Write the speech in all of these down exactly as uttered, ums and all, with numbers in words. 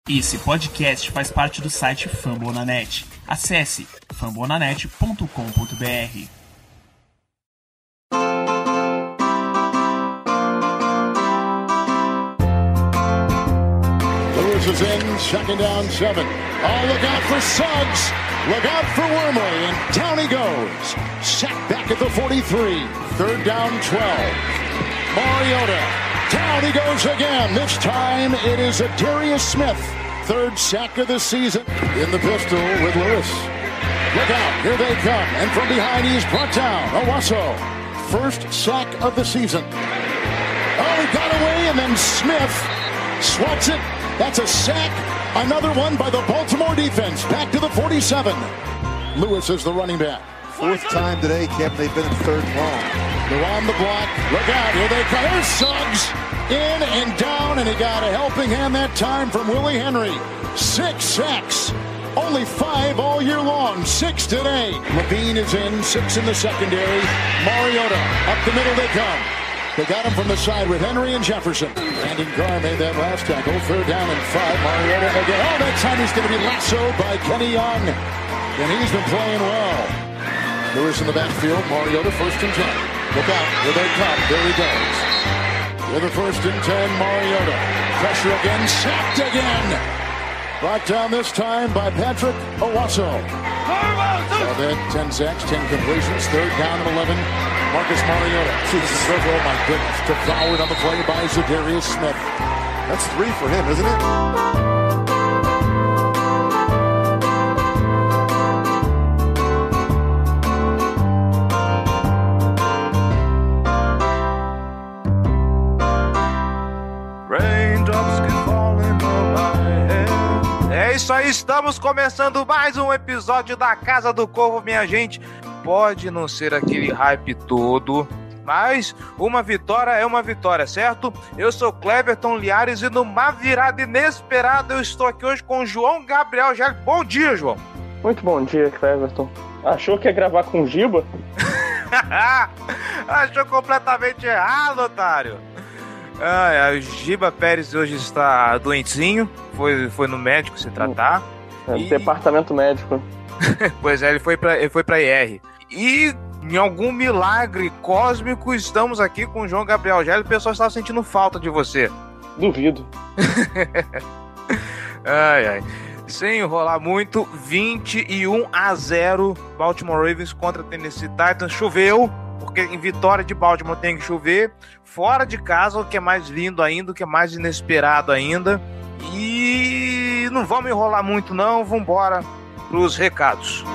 Esse podcast faz parte do site Fambonanet. Acesse fambonanet ponto com ponto b r. Lewis is in, second down, seven. Oh, look out for Suggs. Look out for Wormley, and down he goes. Sacked back at the forty-three. Third down, twelve. Mariota. Down he goes again. This time it is a Darius Smith. Third sack of the season. In the pistol with Lewis. Look out. Here they come. And from behind he's brought down. Owasso. First sack of the season. Oh, he got away, and then Smith swats it. That's a sack. Another one by the Baltimore defense. Back to the forty-seven. Lewis is the running back. Fourth time today, Kevin, they've been in third long. They're on the block. Look out. Here they come. There's Suggs. In and down, and he got a helping hand that time from Willie Henry. Six sacks. Only five all year long. Six today. Levine is in. Six in the secondary. Mariota. Up the middle they come. They got him from the side with Henry and Jefferson. Brandon Carr made that last tackle. Third down and five. Mariota again. Oh, that time he's going to be lassoed by Kenny Young. And he's been playing well. Lewis in the backfield. Mariota first and ten. Look out. Here they come. There he goes. With the first and ten, Mariota. Pressure again. Sacked again. Brought down this time by Patrick Owasso. So then ten sacks, ten completions. Third down and eleven. Marcus Mariota. Jesus, oh my goodness. Devoured on the play by Zadarius Smith. That's three for him, isn't it? É isso aí, estamos começando mais um episódio da Casa do Corvo, minha gente. Pode não ser aquele hype todo, mas uma vitória é uma vitória, certo? Eu sou Cleberton Liares e numa virada inesperada eu estou aqui hoje com o João Gabriel Gelli. Bom dia, João. Muito bom dia, Cleberton. Achou que ia gravar com o Giba? Achou completamente errado, otário. Ah, o Giba Pérez hoje está doentinho, foi, foi no médico se tratar. É, e... Departamento médico. Pois é, ele foi para ele foi para I R. E em algum milagre cósmico estamos aqui com o João Gabriel Gelli. O pessoal estava sentindo falta de você. Duvido. Ai, ai. Sem enrolar muito, vinte e um a zero Baltimore Ravens contra Tennessee Titans. Choveu, porque em vitória de Baltimore tem que chover. Fora de casa, o que é mais lindo ainda, o que é mais inesperado ainda. E não vamos enrolar muito não, vamos embora pros recados.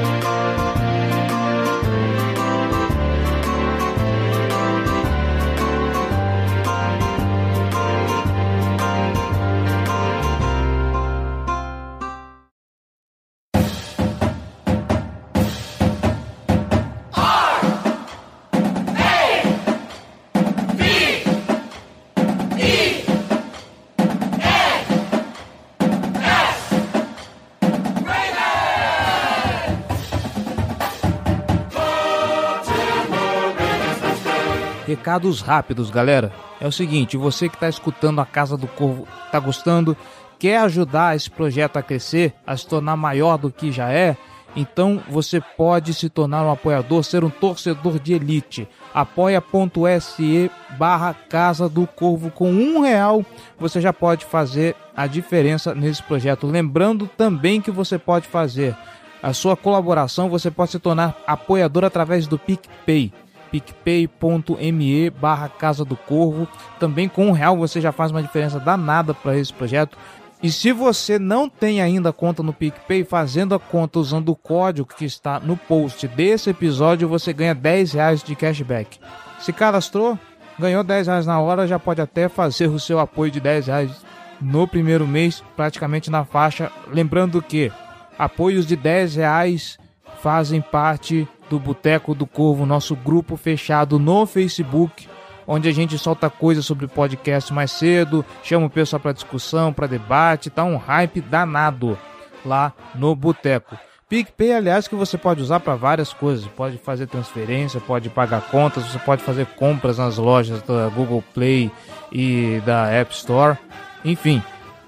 Recados rápidos, galera. É o seguinte, você que está escutando a Casa do Corvo, está gostando, quer ajudar esse projeto a crescer, a se tornar maior do que já é, então você pode se tornar um apoiador, ser um torcedor de elite. apoia.se barra Casa do Corvo. Com um real você já pode fazer a diferença nesse projeto. Lembrando também que você pode fazer a sua colaboração, você pode se tornar apoiador através do PicPay. picpay.me barra Casa do Corvo. Também com um real você já faz uma diferença danada para esse projeto. E se você não tem ainda conta no PicPay, fazendo a conta usando o código que está no post desse episódio, você ganha dez reais de cashback. Se cadastrou, ganhou dez reais na hora, já pode até fazer o seu apoio de dez reais no primeiro mês, praticamente na faixa. Lembrando que apoios de dez reais fazem parte do Boteco do Corvo, nosso grupo fechado no Facebook, onde a gente solta coisas sobre podcast mais cedo, chama o pessoal para discussão, para debate, tá um hype danado lá no Boteco. PicPay, aliás, que você pode usar para várias coisas, pode fazer transferência, pode pagar contas, você pode fazer compras nas lojas da Google Play e da App Store, enfim.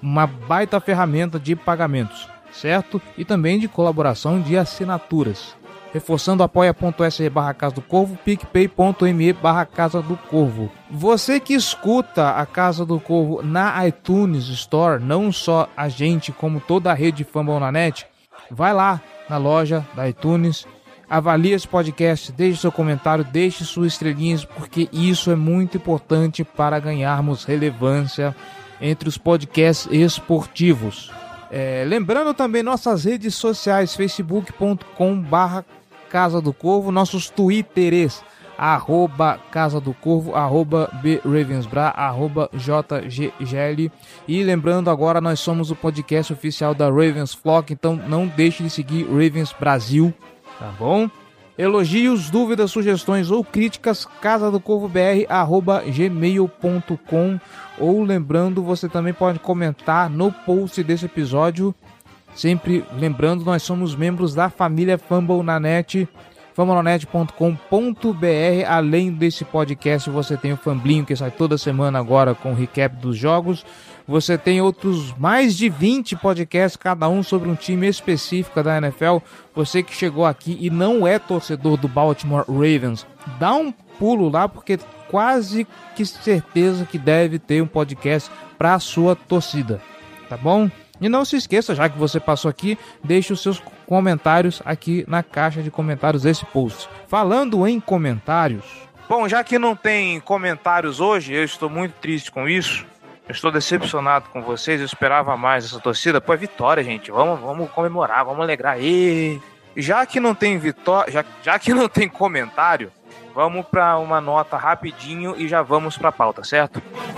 uma baita ferramenta de pagamentos, certo? E também de colaboração de assinaturas. Reforçando, apoia.se barra Casa do Corvo, picpay.me barra Casa do Corvo. Você que escuta a Casa do Corvo na iTunes Store, não só a gente, como toda a rede Fambonanet, vai lá na loja da iTunes, avalie esse podcast, deixe seu comentário, deixe suas estrelinhas, porque isso é muito importante para ganharmos relevância entre os podcasts esportivos. É, lembrando também nossas redes sociais, facebook ponto com barra Casa do Corvo, nossos twitters, arroba Casa do Corvo, arroba bravensbra, arroba jgl. E lembrando agora, nós somos o podcast oficial da Ravens Flock, então não deixe de seguir Ravens Brasil, tá bom? Elogios, dúvidas, sugestões ou críticas, casa do corvo b r arroba gmail ponto com. Ou lembrando, você também pode comentar no post desse episódio. Sempre lembrando, nós somos membros da família Fambonanet, fambonanet ponto com ponto b r. Além desse podcast, você tem o Famblinho, que sai toda semana agora com o recap dos jogos. Você tem outros mais de vinte podcasts, cada um sobre um time específico da N F L. Você que chegou aqui e não é torcedor do Baltimore Ravens, dá um pulo lá, porque quase que certeza que deve ter um podcast para a sua torcida, tá bom? E não se esqueça, já que você passou aqui, deixe os seus comentários aqui na caixa de comentários desse post. Falando em comentários... Bom, já que não tem comentários hoje, eu estou muito triste com isso. Eu estou decepcionado com vocês, eu esperava mais essa torcida. Pô, é vitória, gente. Vamos, vamos comemorar, vamos alegrar. E já que não tem vitória, já, já que não tem comentário, vamos para uma nota rapidinho e já vamos para a pauta, certo?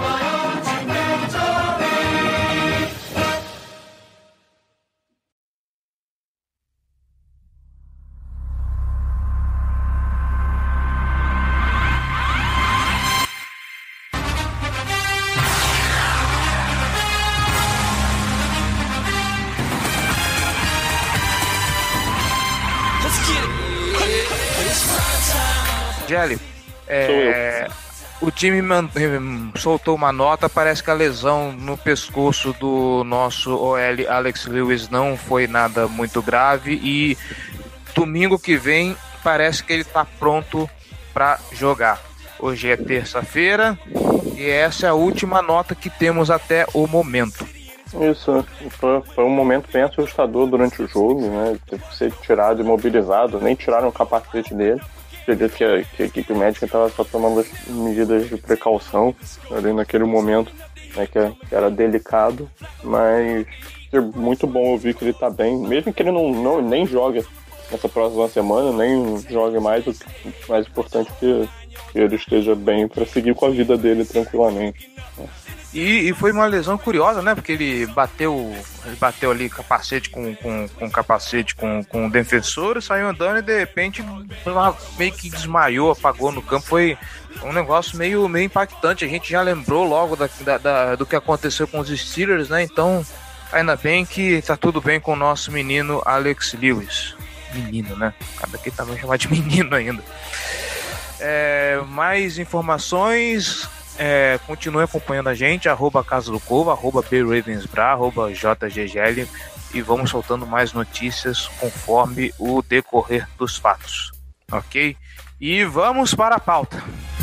Jelly, é, o time man, soltou uma nota, parece que a lesão no pescoço do nosso O L Alex Lewis não foi nada muito grave e domingo que vem parece que ele está pronto para jogar. Hoje é terça-feira e essa é a última nota que temos até o momento. Isso, foi, foi um momento bem assustador durante o jogo, né? Teve que ser tirado e imobilizado, nem tiraram o capacete dele. Acredito que, que, que o médico estava só tomando as medidas de precaução ali naquele momento, né, que, que era delicado, mas é muito bom ouvir que ele está bem, mesmo que ele não, não, nem jogue nessa próxima semana, nem jogue mais, o mais importante é que, que ele esteja bem para seguir com a vida dele tranquilamente. Né. E, e foi uma lesão curiosa, né? Porque ele bateu, ele bateu ali capacete com, com, com capacete com, com o defensor, saiu andando e de repente uma, meio que desmaiou, apagou no campo. Foi um negócio meio, meio impactante. A gente já lembrou logo da, da, da, do que aconteceu com os Steelers, né? Então, ainda bem que tá tudo bem com o nosso menino Alex Lewis. Menino, né? Cada aqui também chamar de menino ainda. É, mais informações... É, continue acompanhando a gente, arroba Casa do Corvo, arroba bravensbra, arroba jggl, e vamos soltando mais notícias conforme o decorrer dos fatos, ok? E vamos para a pauta.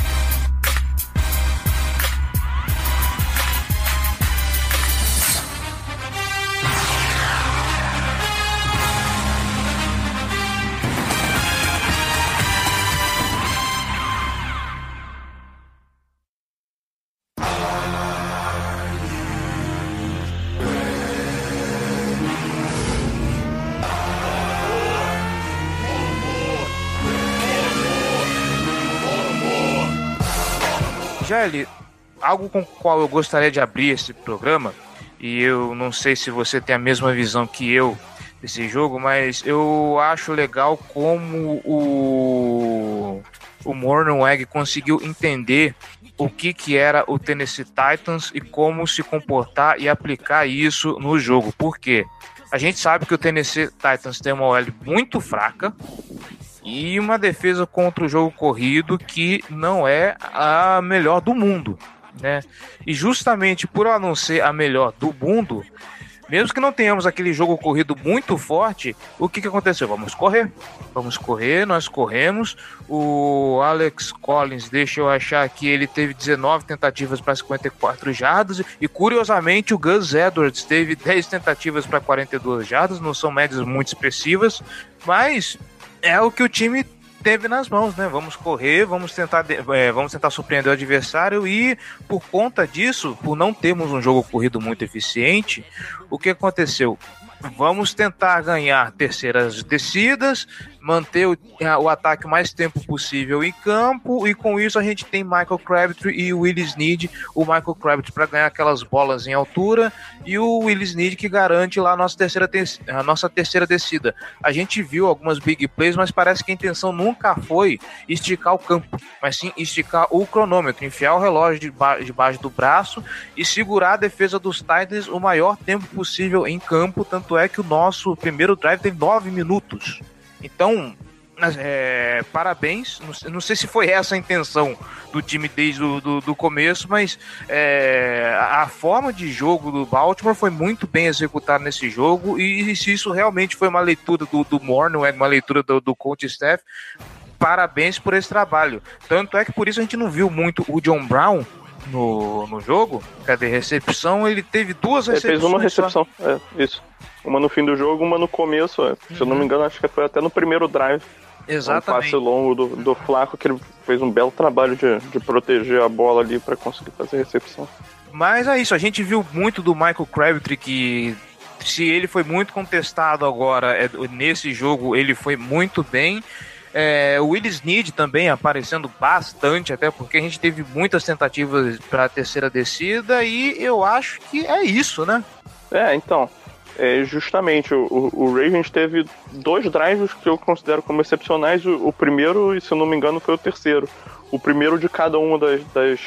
Gelli, algo com o qual eu gostaria de abrir esse programa, e eu não sei se você tem a mesma visão que eu desse jogo, mas eu acho legal como o, o Mornhinweg conseguiu entender o que, que era o Tennessee Titans e como se comportar e aplicar isso no jogo. Por quê? A gente sabe que o Tennessee Titans tem uma O L muito fraca e uma defesa contra o jogo corrido que não é a melhor do mundo. né? E justamente por ela não ser a melhor do mundo, mesmo que não tenhamos aquele jogo corrido muito forte, o que, que aconteceu? Vamos correr. Vamos correr, nós corremos. O Alex Collins, deixa eu achar aqui, ele teve dezenove tentativas para cinquenta e quatro jardas. E curiosamente o Gus Edwards teve dez tentativas para quarenta e duas jardas. Não são médias muito expressivas, mas é o que o time teve nas mãos, né? Vamos correr, vamos tentar, é, vamos tentar surpreender o adversário e por conta disso, por não termos um jogo corrido muito eficiente, o que aconteceu? Vamos tentar ganhar terceiras descidas, manter o, o ataque o mais tempo possível em campo, e com isso a gente tem Michael Crabtree e o Willie Snead. O Michael Crabtree para ganhar aquelas bolas em altura e o Willie Snead que garante lá a nossa terceira, a nossa terceira descida. A gente viu algumas big plays, mas parece que a intenção nunca foi esticar o campo, mas sim esticar o cronômetro, enfiar o relógio debaixo do braço e segurar a defesa dos Titans o maior tempo possível em campo. Tanto é que o nosso primeiro drive teve nove minutos. Então, é, parabéns. Não, não sei se foi essa a intenção do time desde o do, do começo, mas é, a forma de jogo do Baltimore foi muito bem executada nesse jogo, e se isso realmente foi uma leitura do, do Moore, não é uma leitura do, do coach staff, parabéns por esse trabalho. Tanto é que por isso a gente não viu muito o John Brown no, no jogo. Cadê recepção? Ele teve duas Ele recepções. fez uma recepção, é, isso. Uma no fim do jogo, uma no começo. É. Se uhum. eu não me engano, acho que foi até no primeiro drive. Exatamente. Um passe longo do, do Flacco, que ele fez um belo trabalho de, de proteger a bola ali para conseguir fazer a recepção. Mas é isso, a gente viu muito do Michael Crabtree, que se ele foi muito contestado agora, é, nesse jogo ele foi muito bem. É, o Willie Snead também aparecendo bastante, até porque a gente teve muitas tentativas para a terceira descida, e eu acho que é isso, né? É, então, é, justamente, o, o Ravens teve dois drives que eu considero como excepcionais, o, o primeiro, e se eu não me engano, foi o terceiro. O primeiro de cada uma das, das,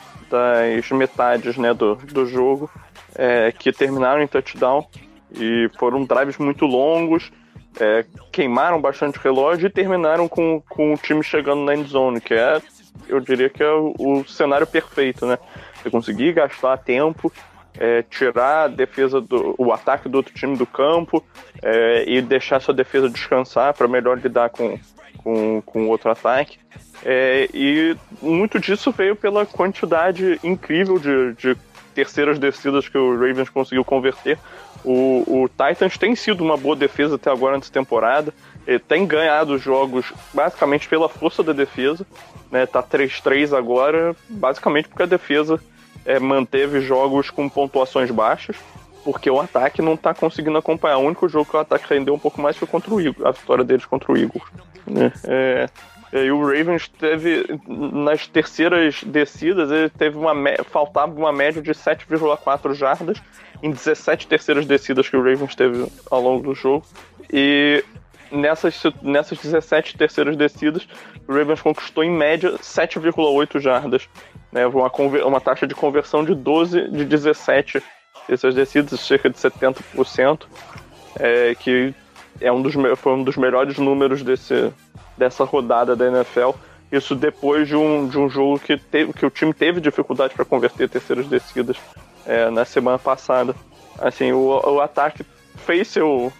das metades, né, do, do jogo, é, que terminaram em touchdown, e foram drives muito longos. É, queimaram bastante relógio e terminaram com, com o time chegando na endzone, que é, eu diria que é o, o cenário perfeito, né? Você conseguir gastar tempo, é, tirar a defesa do, o ataque do outro time do campo, é, e deixar sua defesa descansar para melhor lidar com com, com o outro ataque. É, e muito disso veio pela quantidade incrível de, de terceiras descidas que o Ravens conseguiu converter. O, o Titans tem sido uma boa defesa até agora nessa temporada. Ele tem ganhado jogos basicamente pela força da defesa, né? Tá três a três agora, basicamente porque a defesa é, manteve jogos com pontuações baixas, porque o ataque não tá conseguindo acompanhar. O único jogo que o ataque rendeu um pouco mais foi contra o Eagles, a vitória deles contra o Eagles, né? É, e o Ravens teve, nas terceiras descidas, ele teve uma, faltava uma média de sete vírgula quatro jardas em dezessete terceiras descidas que o Ravens teve ao longo do jogo. E nessas, nessas dezessete terceiras descidas, o Ravens conquistou em média sete vírgula oito jardas, né? Uma, uma taxa de conversão de doze de dezessete terceiras descidas, cerca de setenta por cento, é, que é um dos, foi um dos melhores números desse, dessa rodada da N F L. Isso depois de um, de um jogo que, teve, que o time teve dificuldade para converter terceiras descidas é, na semana passada. Assim, o, o ataque fez seu,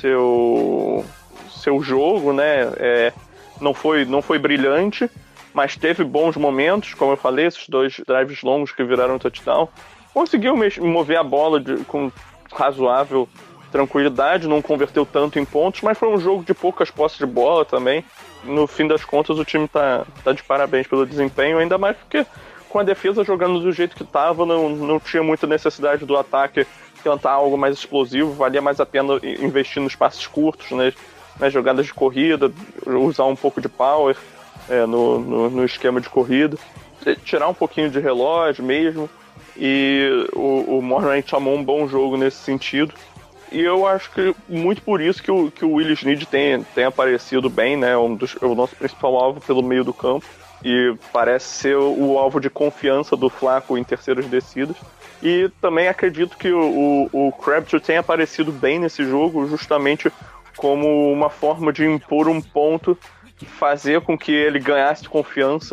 seu, seu jogo, né? É, não, foi, não foi brilhante, mas teve bons momentos, como eu falei, esses dois drives longos que viraram touchdown. Conseguiu mover a bola de, com razoável tranquilidade, não converteu tanto em pontos, mas foi um jogo de poucas posses de bola também. No fim das contas, o time tá, tá de parabéns pelo desempenho, ainda mais porque com a defesa jogando do jeito que estava, não, não tinha muita necessidade do ataque tentar algo mais explosivo, valia mais a pena investir nos passes curtos, né, nas jogadas de corrida, usar um pouco de power é, no, no, no esquema de corrida, tirar um pouquinho de relógio mesmo, e o, o Morgan chamou um bom jogo nesse sentido. E eu acho que muito por isso que o, que o Willie Snead tem, tem aparecido bem, né? Um dos, é o nosso principal alvo pelo meio do campo. E parece ser o, o alvo de confiança do Flacco em terceiras descidas. E também acredito que o, o, o Crabtree tem aparecido bem nesse jogo, justamente como uma forma de impor um ponto, fazer com que ele ganhasse confiança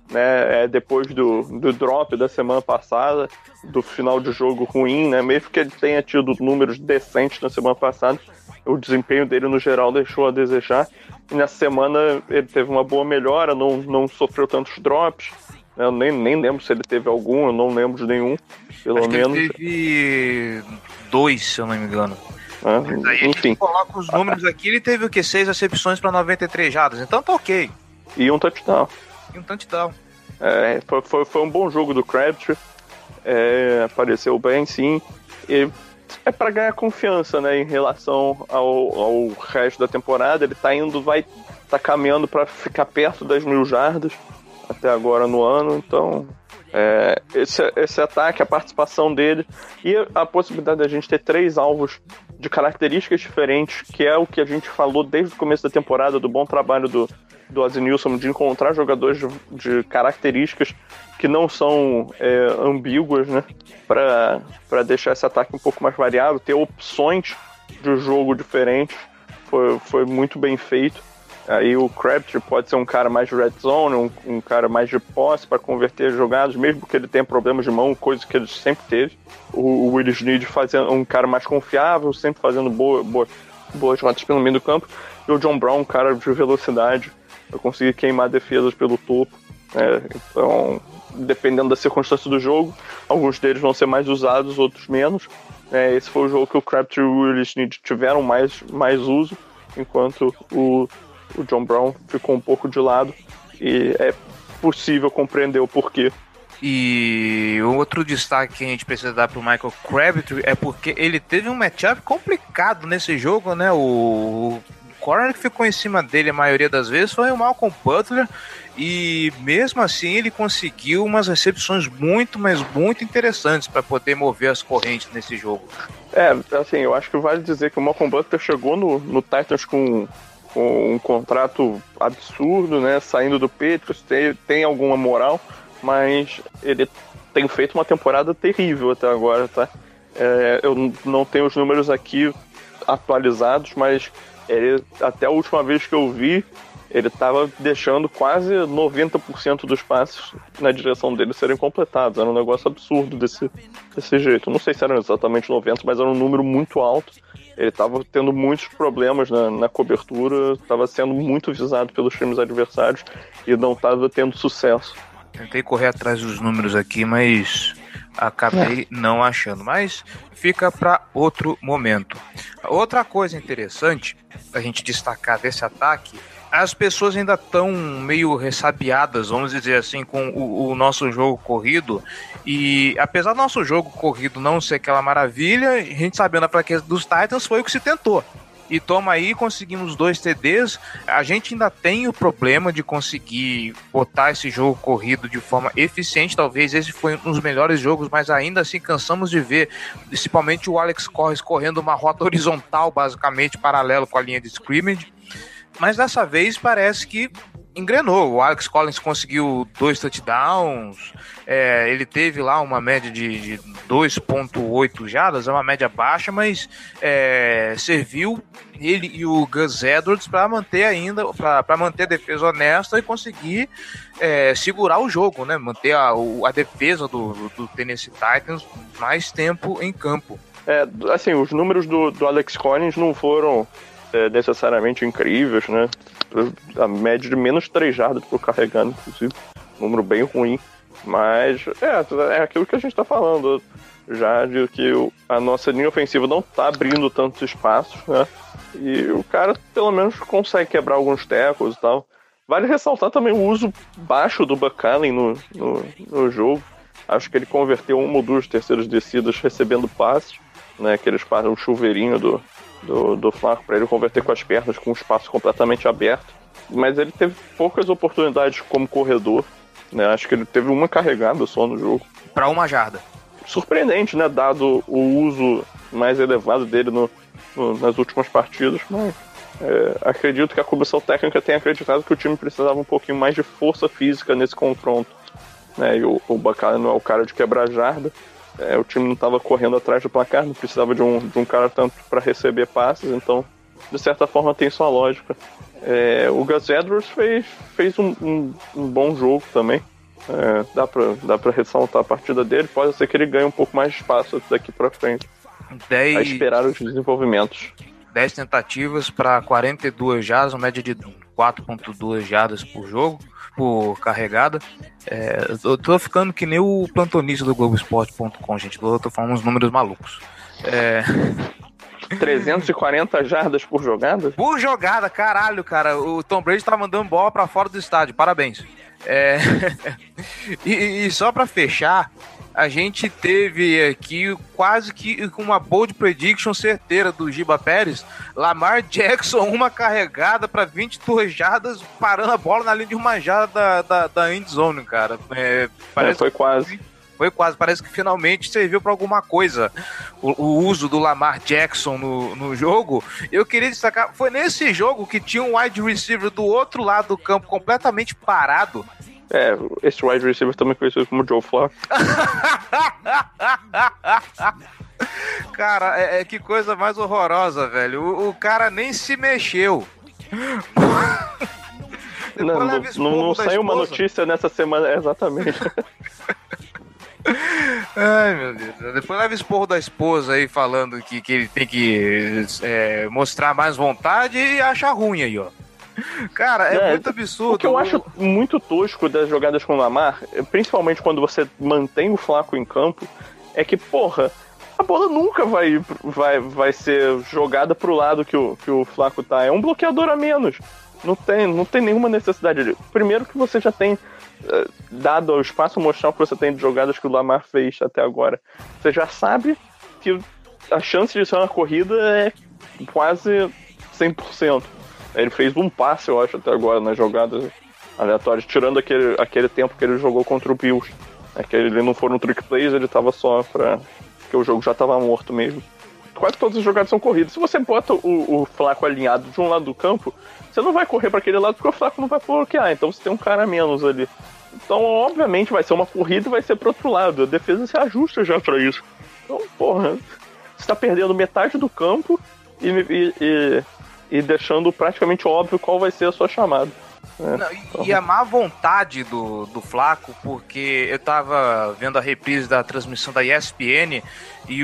né, é, depois do, do drop da semana passada, do final de jogo ruim, né, mesmo que ele tenha tido números decentes na semana passada, o desempenho dele no geral deixou a desejar. E nessa semana ele teve uma boa melhora, não, não sofreu tantos drops, né, eu nem, nem lembro se ele teve algum, eu não lembro de nenhum, pelo Acho menos. Que ele teve dois, se eu não me engano. Ah, Mas aí enfim. a gente coloca os números aqui, ele teve o que? seis recepções para noventa e três jardas, então tá ok. E um touchdown. E um touchdown. É, foi, foi, foi um bom jogo do Crabtree, é, apareceu bem, sim, e é para ganhar confiança, né, em relação ao, ao resto da temporada. Ele tá indo, vai tá caminhando para ficar perto das mil jardas até agora no ano, então é, esse, esse ataque, a participação dele e a possibilidade da gente ter três alvos de características diferentes, que é o que a gente falou desde o começo da temporada, do bom trabalho do, do Ozzie Nilsson, de encontrar jogadores de, de características que não são é, ambíguas, né, para deixar esse ataque um pouco mais variado, ter opções de jogo diferentes, foi, foi muito bem feito. Aí o Crabtree pode ser um cara mais de red zone, um, um cara mais de posse para converter jogadas, mesmo que ele tenha problemas de mão, coisa que ele sempre teve. O, o Willis Snead fazendo um cara mais confiável, sempre fazendo boa, boa, boas rotas pelo meio do campo. E o John Brown, um cara de velocidade, para conseguir queimar defesas pelo topo. É, então, dependendo da circunstância do jogo, alguns deles vão ser mais usados, outros menos. É, esse foi o jogo que o Crabtree e o Willis Snead tiveram mais, mais uso, enquanto o O John Brown ficou um pouco de lado, e é possível compreender o porquê. E o outro destaque que a gente precisa dar pro Michael Crabtree é porque ele teve um matchup complicado nesse jogo, né? O corner que ficou em cima dele a maioria das vezes foi o Malcolm Butler, e mesmo assim ele conseguiu umas recepções muito, mas muito interessantes para poder mover as correntes nesse jogo. É, assim, eu acho que vale dizer que o Malcolm Butler chegou no, no Titans com com um contrato absurdo, né, saindo do Patriots, tem, tem alguma moral, mas ele tem feito uma temporada terrível até agora, tá? É, eu não tenho os números aqui atualizados, mas ele, até a última vez que eu vi, ele estava deixando quase noventa por cento dos passes na direção dele serem completados. Era um negócio absurdo desse, desse jeito. Não sei se eram exatamente noventa, mas era um número muito alto. Ele estava tendo muitos problemas na, na cobertura, estava sendo muito visado pelos times adversários e não estava tendo sucesso. Tentei correr atrás dos números aqui, mas acabei é. não achando. Mas fica para outro momento. Outra coisa interessante a gente destacar desse ataque, as pessoas ainda estão meio ressabiadas, vamos dizer assim, com o, o nosso jogo corrido. E apesar do nosso jogo corrido não ser aquela maravilha, a gente sabendo a fraqueza dos Titans, foi o que se tentou. E toma aí, conseguimos dois T Ds. A gente ainda tem o problema de conseguir botar esse jogo corrido de forma eficiente. Talvez esse foi um dos melhores jogos, mas ainda assim cansamos de ver, principalmente o Alex Corres correndo uma rota horizontal, basicamente paralelo com a linha de scrimmage. Mas dessa vez parece que engrenou. O Alex Collins conseguiu dois touchdowns, é, ele teve lá uma média de, de dois ponto oito jardas, é uma média baixa, mas é, serviu ele e o Gus Edwards para manter ainda, para manter a defesa honesta e conseguir é, segurar o jogo, né? Manter a, a defesa do, do Tennessee Titans mais tempo em campo. É, assim, os números do, do Alex Collins não foram É, necessariamente incríveis, né? A média de menos três jardas por carregando, inclusive, um número bem ruim, mas é, é aquilo que a gente tá falando já, de que o, a nossa linha ofensiva não tá abrindo tantos espaços, né? E o cara pelo menos consegue quebrar alguns tackles e tal. Vale ressaltar também o uso baixo do Buck Allen no, no, no jogo. Acho que ele converteu uma ou duas terceiras descidas recebendo passes, né? Aqueles passes, o chuveirinho do do, do Flaco para ele converter com as pernas, com um espaço completamente aberto, mas ele teve poucas oportunidades como corredor, né? Acho que ele teve uma carregada só no jogo. Para uma jarda. Surpreendente, né? Dado o uso mais elevado dele no, no, nas últimas partidas, mas é, acredito que a comissão técnica tenha acreditado que o time precisava um pouquinho mais de força física nesse confronto, né? E o, o Bacalhau não é o cara de quebrar jarda. É, o time não estava correndo atrás do placar, não precisava de um, de um cara tanto para receber passes, então, de certa forma, tem sua lógica. É, o Gus Edwards fez, fez um, um, um bom jogo também. É, dá, pra, dá pra ressaltar a partida dele. Pode ser que ele ganhe um pouco mais de espaço daqui pra frente. dez... A esperar os desenvolvimentos. dez tentativas para quarenta e duas jardas, uma média de quatro vírgula dois jardas por jogo, por carregada. É, eu tô ficando que nem o plantonista do Globo Esporte ponto com, gente. Eu tô falando uns números malucos. É... trezentas e quarenta jardas por jogada? Por jogada, caralho, cara. O Tom Brady tá mandando bola pra fora do estádio. Parabéns. É... e, e só pra fechar, a gente teve aqui quase que uma bold prediction certeira do Giba Pérez. Lamar Jackson, uma carregada para vinte e duas jardas, parando a bola na linha de uma jarda da, da, da end zone, cara. É, parece é, foi quase. Foi quase, parece que finalmente serviu para alguma coisa o, o uso do Lamar Jackson no, no jogo. Eu queria destacar, foi nesse jogo que tinha um wide receiver do outro lado do campo completamente parado. É, esse wide receiver também conhecido como Joe Flacco. Cara, é, é que coisa mais horrorosa, velho. O, o cara nem se mexeu. Não, não, não, não saiu uma notícia nessa semana, exatamente. Ai, meu Deus. Depois leva esporro da esposa aí falando que, que ele tem que é, mostrar mais vontade e acha ruim aí, ó. Cara, é, é muito absurdo. O que eu acho muito tosco das jogadas com o Lamar, principalmente quando você mantém o Flacco em campo, é que, porra, a bola nunca vai, vai, vai ser jogada pro lado que o, que o Flacco tá. É um bloqueador a menos. Não tem, não tem nenhuma necessidade de... Primeiro que você já tem, uh, dado ao espaço mostrar o que você tem de jogadas que o Lamar fez até agora. Você já sabe que a chance de ser uma corrida é quase cem por cento. Ele fez um passe, eu acho, até agora, nas jogadas aleatórias, tirando aquele, aquele tempo que ele jogou contra o Bills. É que ele não foi no trick plays, ele tava só pra... porque o jogo já tava morto mesmo. Quase todas as jogadas são corridas. Se você bota o, o Flacco alinhado de um lado do campo, você não vai correr pra aquele lado porque o Flacco não vai bloquear, então você tem um cara a menos ali. Então, obviamente, vai ser uma corrida e vai ser pro outro lado. A defesa se ajusta já pra isso. Então, porra, você tá perdendo metade do campo e... e, e e deixando praticamente óbvio qual vai ser a sua chamada. É, Não, e, então... e a má vontade do, do Flacco, porque eu tava vendo a reprise da transmissão da E S P N e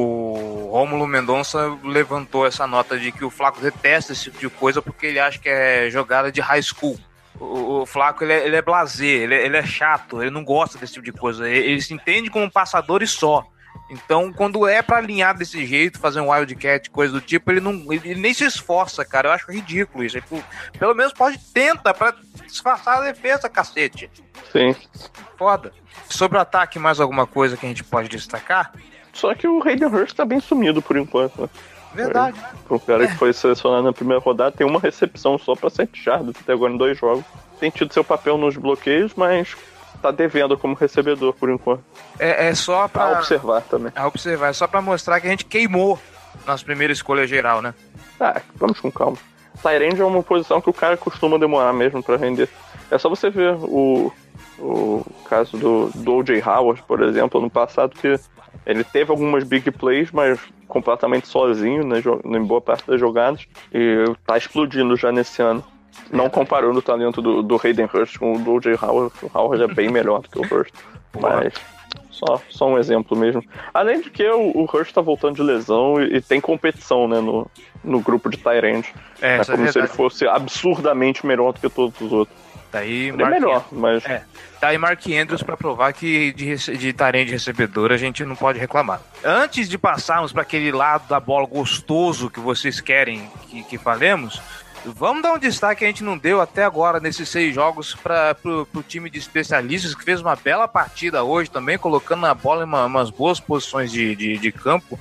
o Rômulo Mendonça levantou essa nota de que o Flacco detesta esse tipo de coisa porque ele acha que é jogada de high school. O, o Flacco, ele é, ele é blasé, ele é, ele é chato, ele não gosta desse tipo de coisa, ele, ele se entende como um passador e só. Então, quando é pra alinhar desse jeito, fazer um wildcat, coisa do tipo, ele não, ele nem se esforça, cara. Eu acho ridículo isso. Ele, pelo menos pode tenta pra disfarçar a defesa, cacete. Sim. Foda. Sobre o ataque, mais alguma coisa que a gente pode destacar? Só que o Hayden Hurst tá bem sumido por enquanto, né? Verdade, né? O cara é. que foi selecionado na primeira rodada tem uma recepção só pra sete jardas até agora em dois jogos. Tem tido seu papel nos bloqueios, mas... tá devendo como recebedor por enquanto. É, é só pra... A observar também. A observar, é só pra mostrar que a gente queimou nas primeiras escolhas geral, né? Ah, vamos com calma. Tight end é uma posição que o cara costuma demorar mesmo pra render. É só você ver o, o caso do, do O J Howard, por exemplo, ano passado, que ele teve algumas big plays, mas completamente sozinho, né, em boa parte das jogadas, e tá explodindo já nesse ano. Não comparando o talento do, do Hayden Hurst com o do O J Howard. O Howard é bem melhor do que o Hurst. Mas só, só um exemplo mesmo. Além de que o, o Hurst tá voltando de lesão e, e tem competição, né, no, no grupo de tight end. É, é como é se ele fosse absurdamente melhor do que todos os outros. Daí, ele Mark é melhor, Andrews, mas... É. Daí Mark Andrews pra provar que de, de tight end recebedor a gente não pode reclamar. Antes de passarmos para aquele lado da bola gostoso que vocês querem que, que falemos... Vamos dar um destaque que a gente não deu até agora nesses seis jogos para pro, pro time de especialistas, que fez uma bela partida hoje também, colocando a bola em uma, umas boas posições de, de, de campo.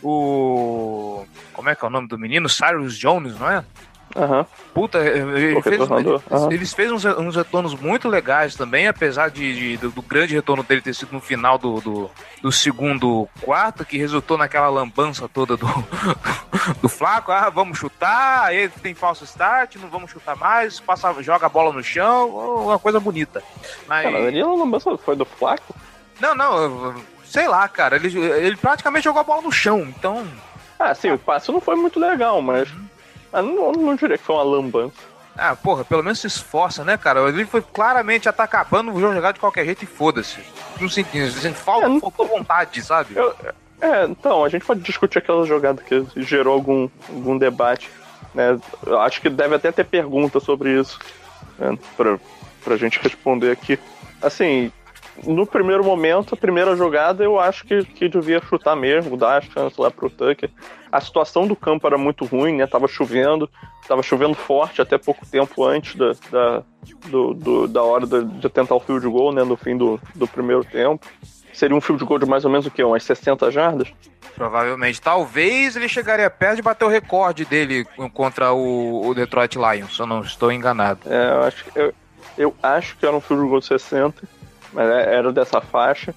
O... Como é que é o nome do menino? Cyrus Jones, não é? Aham. Uhum. Puta, ele fez, ele, uhum. ele fez uns, uns retornos muito legais também, apesar de, de do, do grande retorno dele ter sido no final do, do, do segundo quarto, que resultou naquela lambança toda do, do Flacco. Ah, vamos chutar, aí tem falso start, não vamos chutar mais, passa, joga a bola no chão, uma coisa bonita. Mas... Cara, ali a lambança foi do Flacco? Não, não, sei lá, cara, ele, ele praticamente jogou a bola no chão, então... Ah, sim, o passe não foi muito legal, mas... Ah, não, não diria que foi uma lambança. Ah, porra, pelo menos se esforça, né, cara? Ele foi claramente tá acabando o jogo jogado de qualquer jeito e foda-se. Não senti, falta, é, faltou vontade, sabe? Eu, é, então, a gente pode discutir aquela jogada que gerou algum, algum debate, né? Eu acho que deve até ter pergunta sobre isso, né? pra, pra gente responder aqui. Assim, no primeiro momento, a primeira jogada, eu acho que, que devia chutar mesmo, dar a chance lá pro Tucker. A situação do campo era muito ruim, né? Tava chovendo, tava chovendo forte até pouco tempo antes da, da, do, do, da hora de, de tentar o field goal, né? No fim do, do primeiro tempo. Seria um field goal de mais ou menos o quê? Umas sessenta jardas? Provavelmente. Talvez ele chegaria perto de bater o recorde dele contra o, o Detroit Lions, se eu não estou enganado. É, eu acho, eu, eu acho que era um field goal de sessenta, mas era dessa faixa.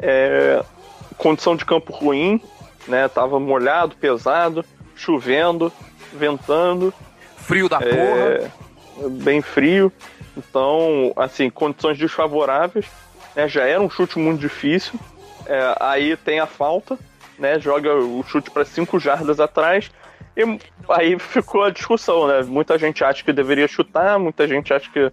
É, condição de campo ruim, né? Tava molhado, pesado, chovendo, ventando. Frio da é, porra. Bem frio. Então, assim, condições desfavoráveis. Né? Já era um chute muito difícil. É, aí tem a falta, né? Joga o chute para cinco jardas atrás. E aí ficou a discussão, né? Muita gente acha que deveria chutar, muita gente acha que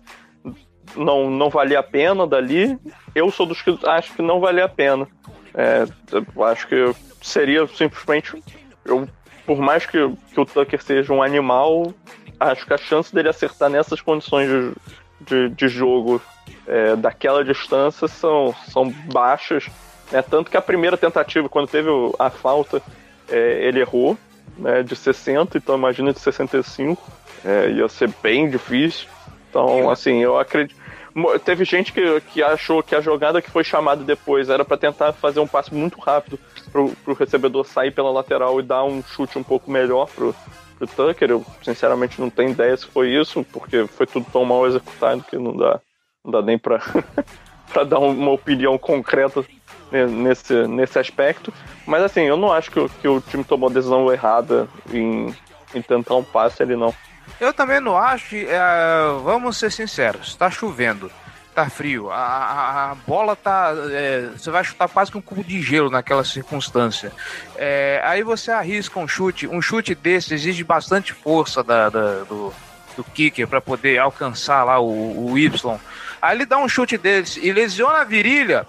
não, não valia a pena dali. Eu sou dos que acho que não valia a pena. É, eu acho que seria simplesmente... Eu, por mais que, que o Tucker seja um animal, acho que a chance dele acertar nessas condições de, de, de jogo é, daquela distância são, são baixas. Né? Tanto que a primeira tentativa, quando teve a falta, é, ele errou, né, de sessenta, então imagina de sessenta e cinco. É, ia ser bem difícil. Então, assim, eu acredito... Teve gente que, que achou que a jogada que foi chamada depois era para tentar fazer um passe muito rápido pro, pro recebedor sair pela lateral e dar um chute um pouco melhor pro, pro Tucker. Eu, sinceramente, não tenho ideia se foi isso, porque foi tudo tão mal executado que não dá, não dá nem para para dar uma opinião concreta nesse, nesse aspecto. Mas, assim, eu não acho que, o, que o time tomou a decisão errada em, em tentar um passe ali, não. Eu também não acho, é, vamos ser sinceros, tá chovendo, tá frio, a, a, a bola tá, é, você vai chutar quase que um cubo de gelo naquela circunstância, é, aí você arrisca um chute, um chute desse exige bastante força da, da, do, do kicker para poder alcançar lá o, o Y, aí ele dá um chute desse e lesiona a virilha,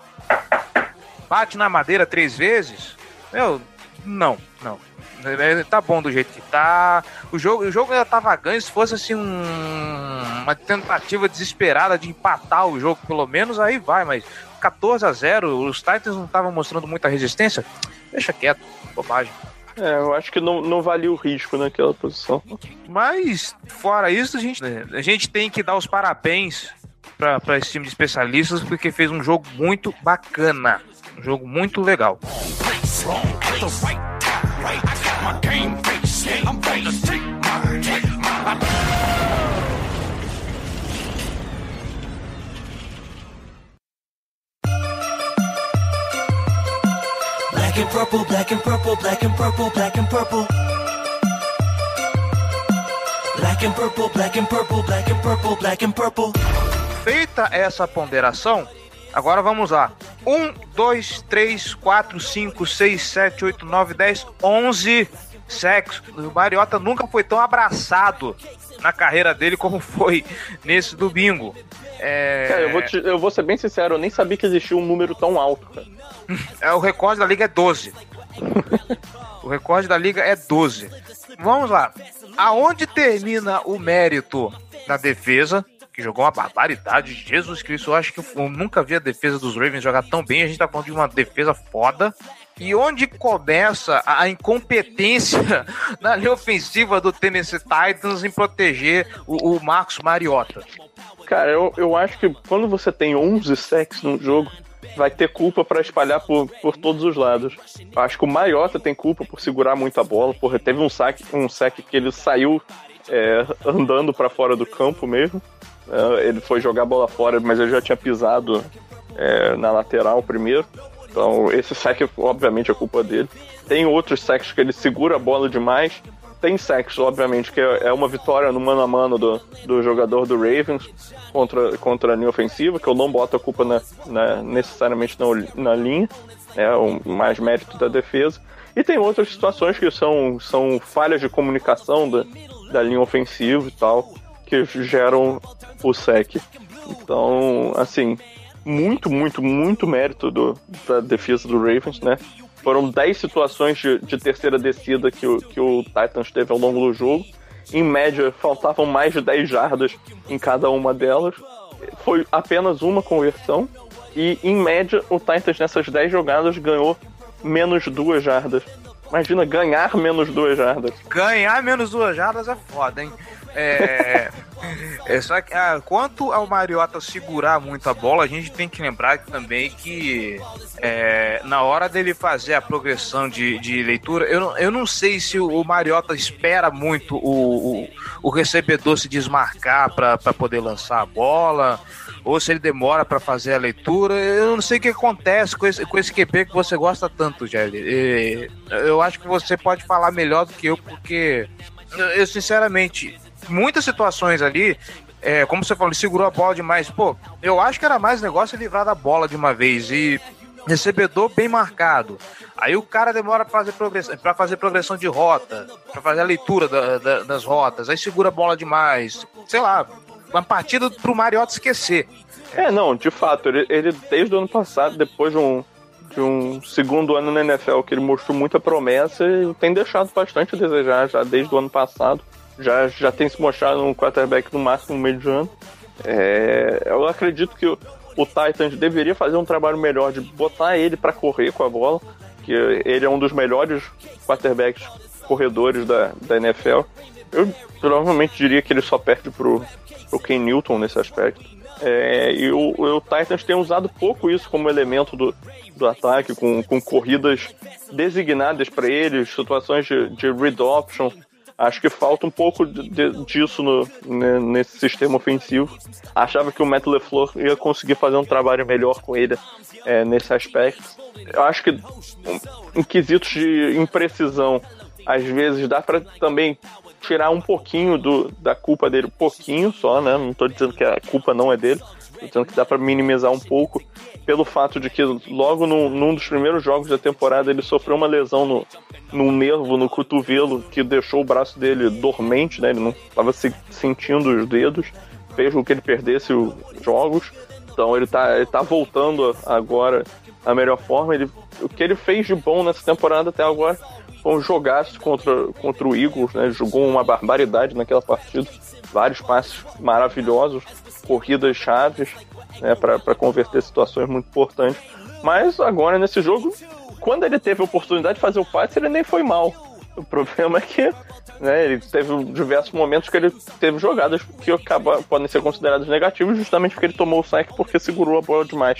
bate na madeira três vezes, meu, não, não. Tá bom do jeito que tá. O jogo, o jogo ainda tava ganho. Se fosse assim um, uma tentativa desesperada de empatar o jogo, pelo menos, aí vai, mas quatorze a zero, os Titans não estavam mostrando muita resistência. Deixa quieto, bobagem. É, eu acho que não, não valia o risco naquela posição. Mas, fora isso, a gente, a gente tem que dar os parabéns pra, pra esse time de especialistas, porque fez um jogo muito bacana. Um jogo muito legal. My game face, I'm gonna take my, take my... Black and purple, black and purple, black and purple, black and purple. Black and purple, black and purple, black and purple, black and purple. Feita essa ponderação, agora vamos lá. um, dois, três, quatro, cinco, seis, sete, oito, nove, dez, onze sacks. O Mariota nunca foi tão abraçado na carreira dele como foi nesse domingo. É... Cara, eu vou, te, eu vou ser bem sincero, eu nem sabia que existia um número tão alto, cara. É, o recorde da liga é doze. O recorde da liga é doze. Vamos lá. Aonde termina o mérito na defesa? Que jogou uma barbaridade, Jesus Cristo, eu acho que eu nunca vi a defesa dos Ravens jogar tão bem, a gente tá falando de uma defesa foda, e onde começa a incompetência na linha ofensiva do Tennessee Titans em proteger o, o Marcus Mariota? Cara, eu, eu acho que quando você tem onze sacks no jogo, vai ter culpa pra espalhar por, por todos os lados. Eu acho que o Mariota tem culpa por segurar muito a bola, porra, teve um sack, um sack que ele saiu é, andando pra fora do campo mesmo. Uh, ele foi jogar a bola fora, mas ele já tinha pisado é, na lateral primeiro. Então esse sack, obviamente, é culpa dele. Tem outros sacks que ele segura a bola demais. Tem sacks, obviamente, que é uma vitória no mano a mano do, do jogador do Ravens contra, contra a linha ofensiva, que eu não boto a culpa na, na, necessariamente na, na linha, é o mais mérito da defesa. E tem outras situações que são, são falhas de comunicação da, da linha ofensiva e tal. que geram o sec. Então, assim, muito, muito, muito mérito do, da defesa do Ravens, né? Foram dez situações de, de terceira descida que o, que o Titans teve ao longo do jogo. Em média, faltavam mais de dez jardas em cada uma delas. Foi apenas uma conversão. E, em média, o Titans nessas dez jogadas ganhou menos duas jardas. Imagina ganhar menos duas jardas. Ganhar menos duas jardas é foda, hein? É, é só que ah, quanto ao Mariota segurar muito a bola, a gente tem que lembrar também que é, na hora dele fazer a progressão de, de leitura, eu não, eu não sei se o Mariota espera muito o, o, o recebedor se desmarcar para poder lançar a bola, ou se ele demora para fazer a leitura. Eu não sei o que acontece com esse, com esse Q P que você gosta tanto, Gelli. Eu acho que você pode falar melhor do que eu, porque eu, sinceramente, muitas situações ali, é, como você falou, ele segurou a bola demais. Pô, eu acho que era mais negócio livrar da bola de uma vez. E recebedor bem marcado. Aí o cara demora para fazer progressão, para fazer progressão de rota, para fazer a leitura da, da, das rotas. Aí segura a bola demais. Sei lá, uma partida pro Mariota esquecer. É, não, de fato, ele, ele desde o ano passado, depois de um, de um segundo ano na N F L, que ele mostrou muita promessa, e tem deixado bastante a desejar já desde o ano passado. Já, já tem se mostrado um quarterback no máximo no meio de ano. É, eu acredito que o, o Titans deveria fazer um trabalho melhor de botar ele para correr com a bola, que ele é um dos melhores quarterbacks corredores da, da N F L. Eu provavelmente diria que ele só perde pro, pro Ken Newton nesse aspecto. É, e o, o Titans tem usado pouco isso como elemento do, do ataque, com, com corridas designadas para eles, situações de, de read option. Acho que falta um pouco de, de, disso no, né, nesse sistema ofensivo. Achava que o Matt LaFleur ia conseguir fazer um trabalho melhor com ele é, nesse aspecto. Eu acho que em quesitos de imprecisão, às vezes dá para também tirar um pouquinho do, da culpa dele, um pouquinho só, né? Não estou dizendo que a culpa não é dele, estou dizendo que dá para minimizar um pouco pelo fato de que logo no, num dos primeiros jogos da temporada ele sofreu uma lesão no, no nervo, no cotovelo, que deixou o braço dele dormente, né? Ele não estava se, sentindo os dedos, fez com que ele perdesse os jogos. Então ele está ele tá voltando agora à melhor forma. Ele, o que ele fez de bom nessa temporada até agora foi um jogaço contra, contra o Eagles, né? Jogou uma barbaridade naquela partida, vários passes maravilhosos, corridas chaves, né, para converter situações muito importantes. Mas agora nesse jogo, quando ele teve a oportunidade de fazer o passe, ele nem foi mal. O problema é que, né, ele teve diversos momentos que ele teve jogadas que acaba, podem ser consideradas negativas, justamente porque ele tomou o saque porque segurou a bola demais.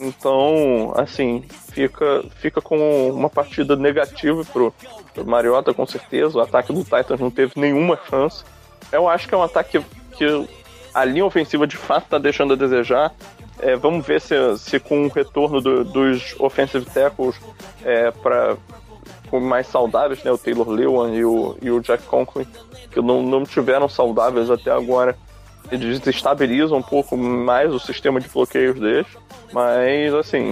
Então, assim, fica, fica com uma partida negativa pro, pro Mariota, com certeza. O ataque do Titans não teve nenhuma chance. Eu acho que é um ataque que a linha ofensiva de fato está deixando a desejar. É, vamos ver se, se com o retorno do, dos offensive tackles é, para mais saudáveis, né, o Taylor Lewan e o, e o Jack Conklin, que não, não tiveram saudáveis até agora, eles desestabilizam um pouco mais o sistema de bloqueios deles. Mas, assim,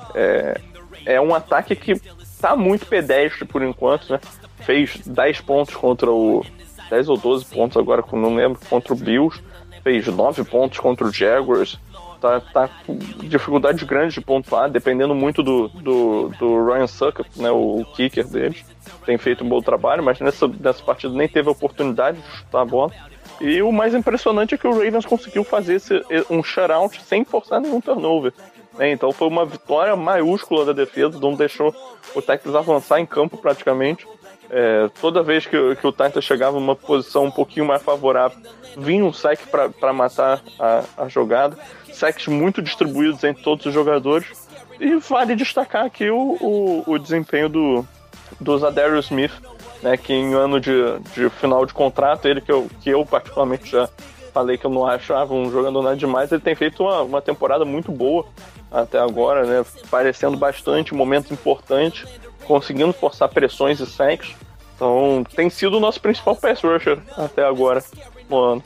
é, é um ataque que tá muito pedestre por enquanto, né? Fez dez pontos contra o... dez ou doze pontos agora, não lembro, contra o Bills. Fez nove pontos contra o Jaguars. Tá, tá com dificuldades grandes de pontuar, dependendo muito do, do, do Ryan Succop, né, o kicker deles. Tem feito um bom trabalho, mas nessa, nessa partida nem teve a oportunidade de chutar a bola. E o mais impressionante é que o Ravens conseguiu fazer esse, um shutout sem forçar nenhum turnover. Né? Então foi uma vitória maiúscula da defesa, não deixou o Titans avançar em campo praticamente. É, toda vez que, que o Titans chegava numa posição um pouquinho mais favorável, vinha um sack para matar a, a jogada. Sacks muito distribuídos entre todos os jogadores. E vale destacar aqui o, o, o desempenho do, do Zadarius Smith, né, que em ano de, de final de contrato, ele que eu, que eu particularmente já falei que eu não achava um jogador nada demais, ele tem feito uma, uma temporada muito boa até agora, né, parecendo bastante, um momento importante, conseguindo forçar pressões e sacks. Então tem sido o nosso principal pass rusher até agora no ano.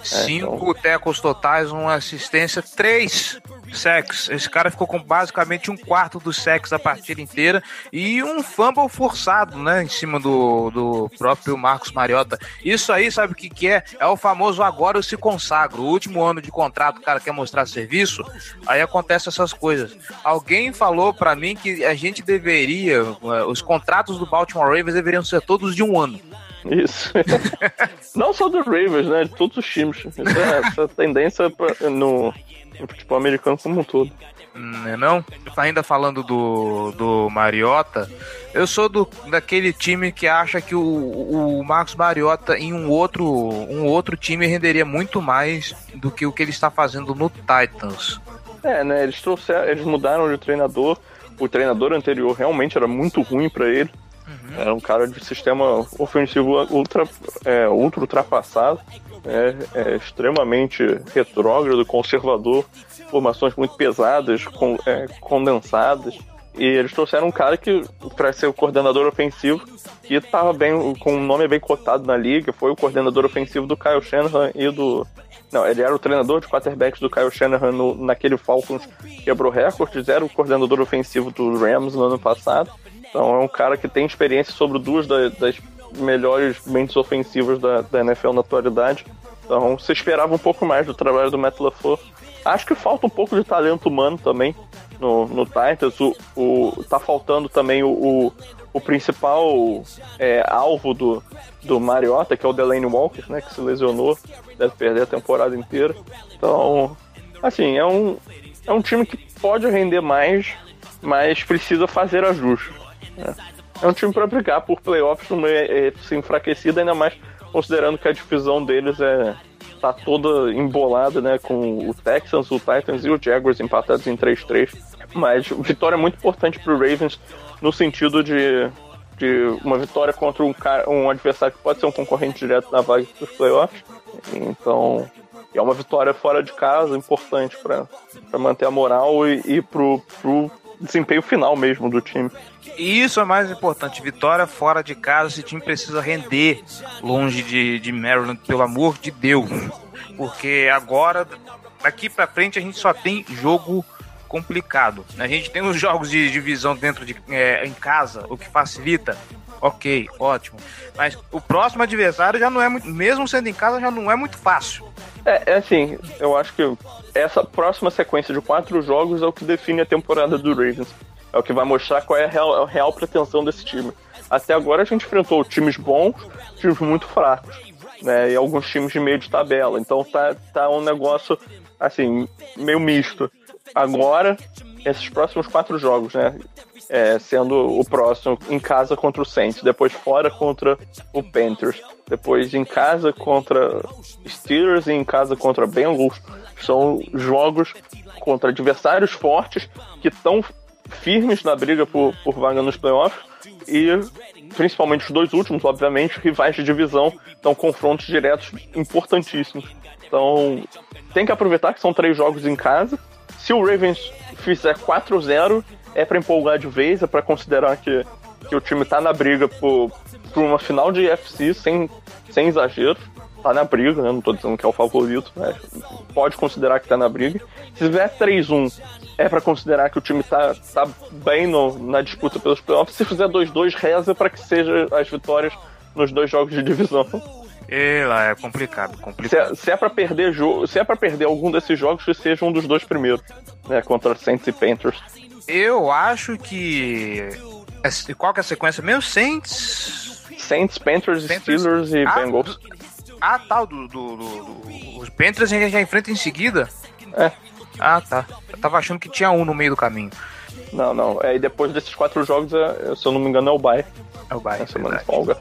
Cinco então... tackles totais, uma assistência, três sacks. Esse cara ficou com basicamente um quarto dos sacks da partida inteira e um fumble forçado, né, em cima do, do próprio Marcus Mariota. Isso aí, sabe o que que é? É o famoso agora eu se consagro. O último ano de contrato, o cara quer mostrar serviço, aí acontece essas coisas. Alguém falou pra mim que a gente deveria, os contratos do Baltimore Ravens deveriam ser todos de um ano. Isso. Não só do Ravens, né? De todos os times. Essa, essa tendência pra, no, no futebol americano como um todo. Não é não? Ainda falando do, do Mariota, eu sou do, daquele time que acha que o, o Marcus Mariota em um outro, um outro time renderia muito mais do que o que ele está fazendo no Titans. É, né? Eles trouxeram, eles mudaram de treinador. O treinador anterior realmente era muito ruim para ele. Uhum. Era um cara de sistema ofensivo ultra, é, ultra ultrapassado, é, é, extremamente retrógrado, conservador, formações muito pesadas, com, é, condensadas. E eles trouxeram um cara que, para ser o coordenador ofensivo, que estava bem, com um nome bem cotado na liga, foi o coordenador ofensivo do Kyle Shanahan e do... Não, ele era o treinador de quarterbacks do Kyle Shanahan no, naquele Falcons, quebrou recordes, era o coordenador ofensivo do Rams no ano passado. Então é um cara que tem experiência sobre duas das, das melhores mentes ofensivas da, da N F L na atualidade. Então se esperava um pouco mais do trabalho do Matt LaFleur. Acho que falta um pouco de talento humano também no, no Titans. O, o, tá faltando também o, o, o principal é, alvo do, do Mariota, que é o Delanie Walker, né, que se lesionou, deve perder a temporada inteira. Então, assim, é um, é um time que pode render mais, mas precisa fazer ajustes. É um time para brigar por playoffs numa é, é, enfraquecida, ainda mais considerando que a divisão deles é, tá toda embolada, né, com o Texans, o Titans e o Jaguars empatados em três a três. Mas vitória muito importante para o Ravens no sentido de, de uma vitória contra um, um adversário que pode ser um concorrente direto na vaga dos playoffs. Então, é uma vitória fora de casa importante para manter a moral e, e pro, pro desempenho final mesmo do time. Isso é mais importante, vitória fora de casa. Esse time precisa render longe de, de Maryland, pelo amor de Deus, porque agora, daqui pra frente, a gente só tem jogo complicado. A gente tem os jogos de divisão dentro de é, em casa, o que facilita. Ok, ótimo, mas o próximo adversário já não é muito, mesmo sendo em casa, já não é muito fácil. É, é assim, eu acho que essa próxima sequência de quatro jogos é o que define a temporada do Ravens. É o que vai mostrar qual é a real, a real pretensão desse time. Até agora a gente enfrentou times bons, times muito fracos, né, e alguns times de meio de tabela. Então tá, tá um negócio, assim, meio misto. Agora, esses próximos quatro jogos, né, é, sendo o próximo em casa contra o Saints, depois fora contra o Panthers, depois em casa contra Steelers e em casa contra Bengals, são jogos contra adversários fortes que estão firmes na briga por, por vaga nos playoffs e principalmente os dois últimos, obviamente, rivais de divisão, então confrontos diretos importantíssimos. Então tem que aproveitar que são três jogos em casa. Se o Ravens fizer quatro a zero, é para empolgar de vez, é para considerar que, que o time tá na briga por, por uma final de U F C sem, sem exagero. Tá na briga, né? Não tô dizendo que é o favorito, mas pode considerar que tá na briga. Se fizer três a um, é pra considerar que o time tá, tá bem no, na disputa pelos playoffs. Se fizer dois a dois, reza pra que seja as vitórias nos dois jogos de divisão. E lá é complicado, complicado. Se é, se é pra perder jogo, se é pra perder algum desses jogos, que seja um dos dois primeiros, né? Contra Saints e Panthers. Eu acho que... Qual que é a sequência mesmo? Saints... Saints, Panthers, Panthers... Steelers e ah, Bengals. Do... Ah, tá, do, do, do, do, os Panthers a gente já enfrenta em seguida? É. Ah, tá. Eu tava achando que tinha um no meio do caminho. Não, não. É, e depois desses quatro jogos, é, se eu não me engano, é o bye. É o bye, é semana de folga.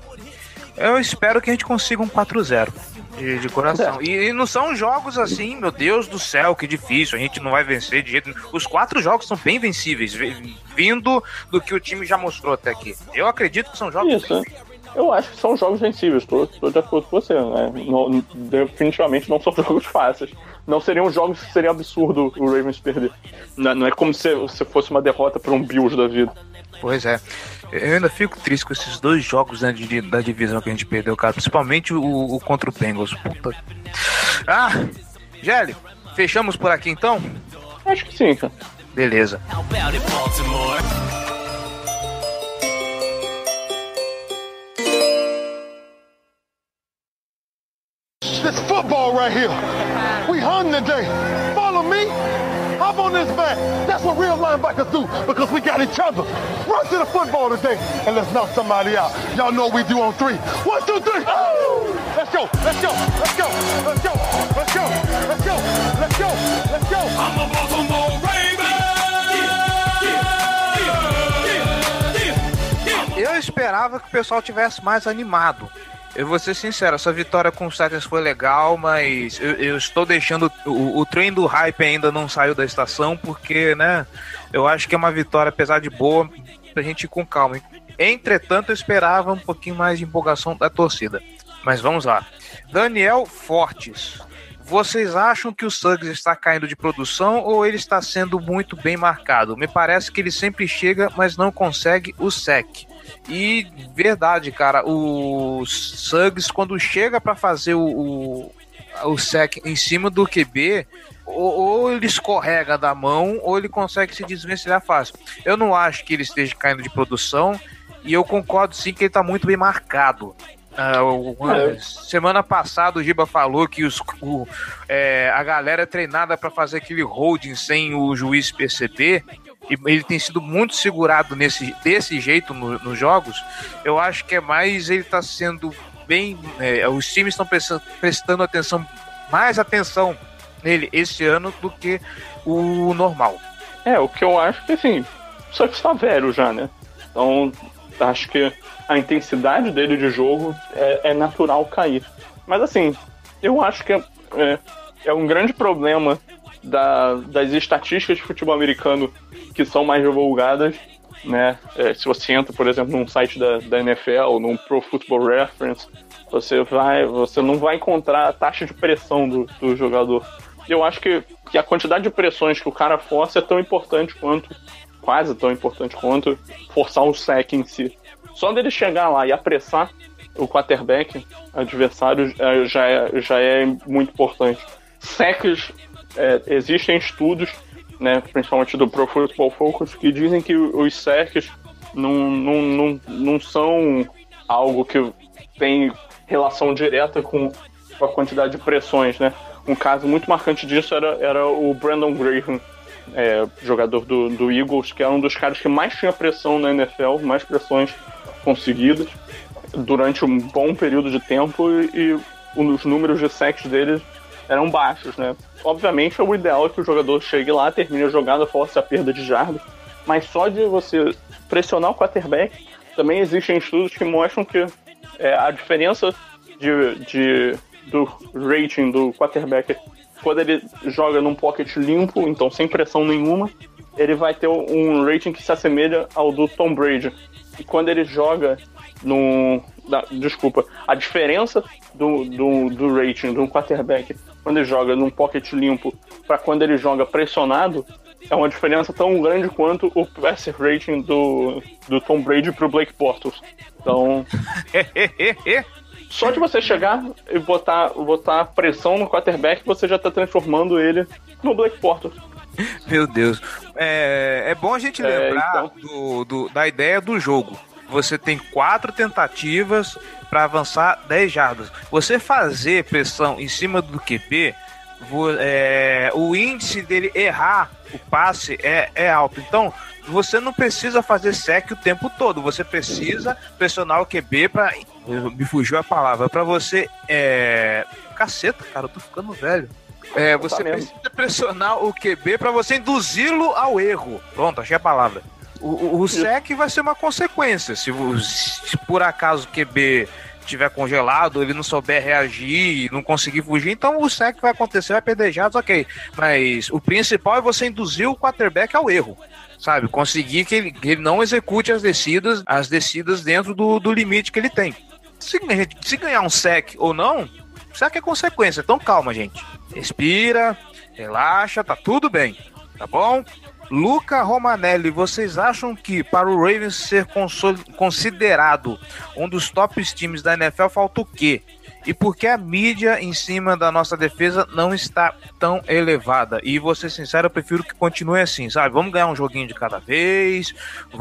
Eu espero que a gente consiga um quatro a zero de, de coração. É. E, e não são jogos assim, meu Deus do céu, que difícil, a gente não vai vencer de jeito nenhum. Os quatro jogos são bem vencíveis, vindo do que o time já mostrou até aqui. Eu acredito que são jogos Isso, vencíveis. Eu acho que são jogos vencíveis, estou de acordo com você, né? Não, definitivamente não são jogos fáceis. Não seriam jogos que seria absurdo o Ravens perder. Não, não é como se, se fosse uma derrota para um Bills da vida. Pois é. Eu ainda fico triste com esses dois jogos, né, de, da divisão que a gente perdeu, cara. Principalmente o, o contra o Bengals. Puta. Ah, Gelli, fechamos por aqui então? Acho que sim, cara. Beleza. This football right here. We hung today. Follow me. Hop on this back. That's what real linebackers do because we got each other. Run to the football today and let's knock somebody out. Y'all know what we do on three. One, two, three. Oh! Let's go. Let's go. Let's go. Let's go. Let's go. Let's go. Let's go. Let's go. I'm a Baltimore Raven. Eu esperava que o pessoal tivesse mais animado. Eu vou ser sincero, essa vitória com o Saints foi legal, mas eu, eu estou deixando... O, o trem do hype ainda não saiu da estação, porque, né, eu acho que é uma vitória, apesar de boa, pra gente ir com calma. Entretanto, eu esperava um pouquinho mais de empolgação da torcida. Mas vamos lá. Daniel Fortes. Vocês acham que o Suggs está caindo de produção ou ele está sendo muito bem marcado? Me parece que ele sempre chega, mas não consegue o sec. E verdade, cara, o Suggs, quando chega para fazer o, o, o sec em cima do Q B, ou, ou ele escorrega da mão, ou ele consegue se desvencilhar fácil. Eu não acho que ele esteja caindo de produção, e eu concordo sim que ele está muito bem marcado. Uh, uh, semana passada o Giba falou que os, o, é, a galera é treinada para fazer aquele holding sem o juiz perceber, e ele tem sido muito segurado nesse, desse jeito no, nos jogos. Eu acho que é mais ele está sendo bem, é, os times estão prestando, prestando atenção, mais atenção nele esse ano do que o normal. É, o que eu acho que assim, só que está velho já, né? Então acho que a intensidade dele de jogo é, é natural cair. Mas assim, eu acho que é, é, é um grande problema da, das estatísticas de futebol americano que são mais divulgadas, né? É, se você entra, por exemplo, num site da, da N F L, num Pro Football Reference, você, vai, você não vai encontrar a taxa de pressão do, do jogador. Eu acho que, que a quantidade de pressões que o cara força é tão importante quanto, quase tão importante quanto forçar o sec em si. Só dele chegar lá e apressar o quarterback adversário já é, já é muito importante. Secs, é, existem estudos, né, principalmente do Pro Football Focus, que dizem que os secs não, não, não, não são algo que tem relação direta com, com a quantidade de pressões, né? Um caso muito marcante disso era, era o Brandon Graham, é, jogador do, do Eagles, que era um dos caras que mais tinha pressão na N F L, mais pressões conseguidas durante um bom período de tempo, e, e os números de sacks deles eram baixos, né? Obviamente, o ideal é que o jogador chegue lá, termine a jogada, force a perda de jardas, mas só de você pressionar o quarterback, também existem estudos que mostram que é, a diferença de, de, do rating do quarterback quando ele joga num pocket limpo, então sem pressão nenhuma, ele vai ter um rating que se assemelha ao do Tom Brady. E quando ele joga no... Da, desculpa, a diferença do, do, do rating do quarterback quando ele joga num pocket limpo para quando ele joga pressionado é uma diferença tão grande quanto o passer rating do, do Tom Brady pro Blake Bortles. Então, só de você chegar e botar, botar pressão no quarterback, você já está transformando ele no Blake Bortles. Meu Deus. É, é bom a gente lembrar é, então... do, do, da ideia do jogo. Você tem quatro tentativas para avançar dez jardas. Você fazer pressão em cima do Q B, é, o índice dele errar o passe é, é alto. Então, você não precisa fazer sec o tempo todo. Você precisa pressionar o Q B para... Me fugiu a palavra. Para você... É... Caceta, cara, eu tô ficando velho. É, você precisa pressionar o Q B para você induzi-lo ao erro. Pronto, achei a palavra. O, o, o sec vai ser uma consequência. Se, se por acaso o Q B estiver congelado, ele não souber reagir, não conseguir fugir, então o sec vai acontecer, vai perder jardas, ok. Mas o principal é você induzir o quarterback ao erro, sabe? Conseguir que ele, que ele não execute as descidas, as descidas dentro do, do limite que ele tem. Se, se ganhar um sec ou não, sec é consequência. Então calma, gente. Respira, relaxa, tá tudo bem, tá bom? Luca Romanelli, vocês acham que para o Ravens ser consol- considerado um dos tops times da N F L falta o quê? E por que a mídia em cima da nossa defesa não está tão elevada? E vou ser sincero, eu prefiro que continue assim, sabe? Vamos ganhar um joguinho de cada vez,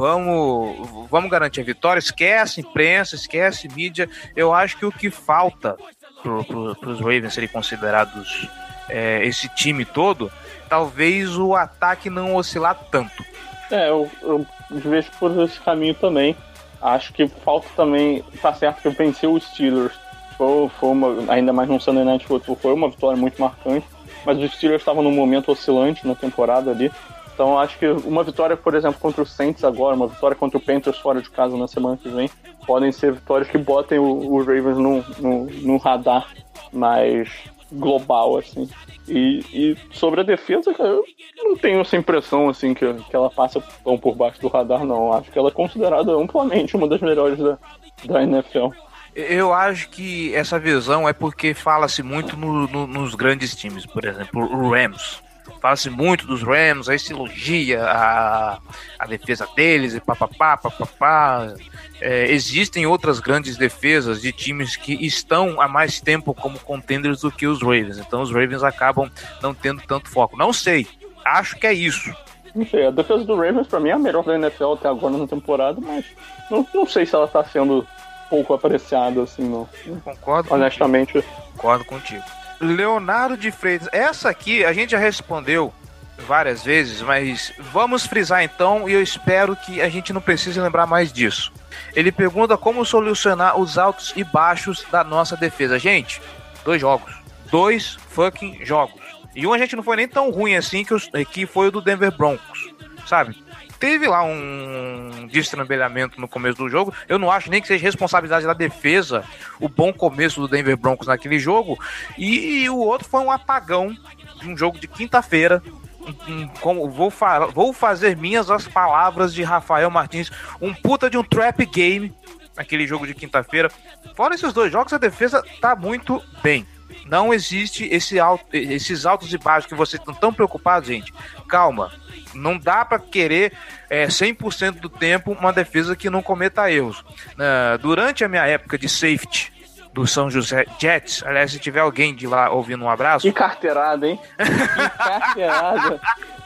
vamos, vamos garantir a vitória, esquece imprensa, esquece mídia. Eu acho que o que falta para pro, os Ravens serem considerados é, esse time todo, talvez o ataque não oscilar tanto. É, eu, eu vejo por esse caminho também. Acho que falta também, tá certo que venceu os Steelers. Foi, foi uma, ainda mais no Sunday Night Football, foi uma vitória muito marcante, mas os Steelers estavam num momento oscilante na temporada ali, então acho que uma vitória, por exemplo, contra o Saints agora, uma vitória contra o Panthers fora de casa na semana que vem, podem ser vitórias que botem o, o Ravens no, no, no radar mais global, assim. E, e sobre a defesa, cara, eu não tenho essa impressão, assim, que, que ela passa tão por baixo do radar, não. Acho que ela é considerada amplamente uma das melhores da, da N F L. Eu acho que essa visão é porque fala-se muito no, no, nos grandes times, por exemplo, o Rams. Fala-se muito dos Rams, aí se elogia a, a defesa deles e papapá, papapá. É, existem outras grandes defesas de times que estão há mais tempo como contenders do que os Ravens. Então os Ravens acabam não tendo tanto foco. Não sei, acho que é isso. Não sei, a defesa do Ravens pra mim é a melhor da N F L até agora na temporada, mas não, não sei se ela tá sendo pouco apreciado, assim, não. Concordo honestamente. Contigo. Concordo contigo. Leonardo de Freitas, essa aqui a gente já respondeu várias vezes, mas vamos frisar então, e eu espero que a gente não precise lembrar mais disso. Ele pergunta como solucionar os altos e baixos da nossa defesa. Gente, dois jogos. Dois fucking jogos. E um a gente não foi nem tão ruim assim que, os, que foi o do Denver Broncos, sabe? Teve lá um destrambelhamento no começo do jogo. Eu não acho nem que seja responsabilidade da defesa o bom começo do Denver Broncos naquele jogo. E, e o outro foi um apagão de um jogo de quinta-feira. Um, como, vou, fa- vou fazer minhas as palavras de Rafael Martins. Um puta de um trap game naquele jogo de quinta-feira. Fora esses dois jogos, a defesa tá muito bem. Não existe esse alto, esses altos e baixos que vocês estão tão preocupados, gente. Calma. Não dá para querer é, cem por cento do tempo uma defesa que não cometa erros. Uh, durante a minha época de safety do São José Jets, aliás, se tiver alguém de lá ouvindo, um abraço. Que carteirada, hein? Que carteirada.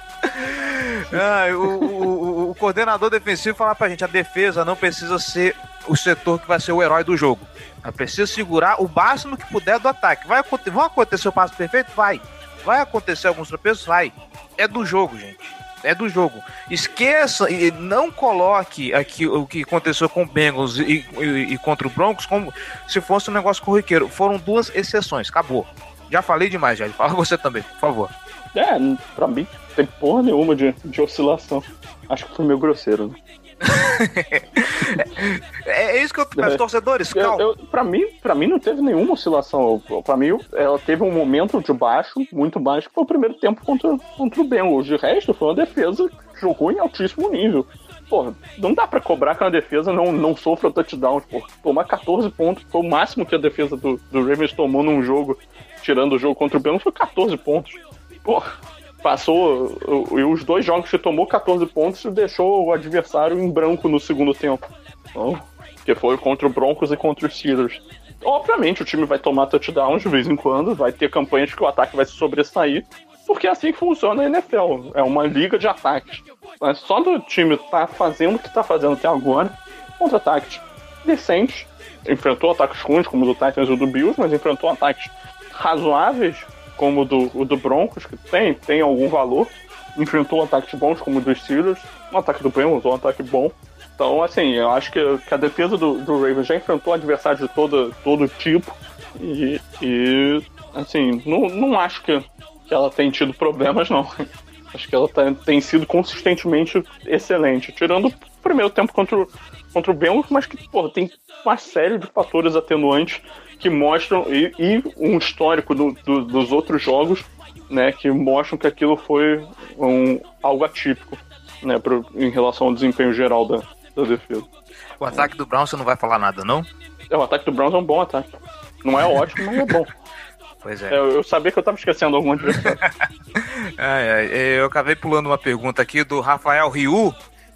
ah, o, o, o coordenador defensivo fala pra gente, a defesa não precisa ser o setor que vai ser o herói do jogo. Ela precisa segurar o máximo que puder do ataque. Vai, vão acontecer o passo perfeito? Vai. Vai acontecer alguns tropeços? Vai. É do jogo, gente. É do jogo. Esqueça e não coloque aqui o que aconteceu com o Bengals e, e, e contra o Broncos como se fosse um negócio corriqueiro. Foram duas exceções. Acabou. Já falei demais, já. Fala você também, por favor. É, pra mim não tem porra nenhuma de, de oscilação. Acho que foi meio grosseiro, né? é, é isso que eu peço, torcedores, calma. Eu, eu, pra, mim, pra mim não teve nenhuma oscilação. Pra mim, ela teve um momento de baixo, muito baixo, que foi o primeiro tempo contra, contra o Bengals. De resto, foi uma defesa que jogou em altíssimo nível. Porra, não dá pra cobrar que uma defesa não, não sofra touchdowns, porra. Tomar catorze pontos foi o máximo que a defesa do, do Ravens tomou num jogo, tirando o jogo contra o Bengals, foi catorze pontos. Porra. Passou, e os dois jogos que tomou catorze pontos e deixou o adversário em branco no segundo tempo. Então, que foi contra o Broncos e contra os Steelers. Obviamente o time vai tomar touchdowns de vez em quando, vai ter campanhas que o ataque vai se sobressair, porque é assim que funciona a N F L. É uma liga de ataques. Mas só do time tá fazendo o que tá fazendo até agora, contra-ataques decentes. Enfrentou ataques ruins, como o do Titans e o do Bills, mas enfrentou ataques razoáveis, como o do, o do Broncos, que tem, tem algum valor. Enfrentou ataques bons, como o dos Steelers. Um ataque do Bengals, um ataque bom. Então, assim, eu acho que, que a defesa do, do Ravens já enfrentou adversários de todo, todo tipo. E, e assim, não, não acho que, que ela tem tido problemas, não. Acho que ela tá, tem sido consistentemente excelente. Tirando o primeiro tempo contra o, contra o Bengals, mas que, porra, tem uma série de fatores atenuantes que mostram, e, e um histórico do, do, dos outros jogos, né, que mostram que aquilo foi um, algo atípico, né, pro, em relação ao desempenho geral da, da defesa. O ataque do Browns você não vai falar nada, não? É, o ataque do Browns é um bom ataque. Não é ótimo, mas é bom. Pois é. Eu, eu sabia que eu tava esquecendo algum adversário. é, é, eu acabei pulando uma pergunta aqui do Rafael Ryu.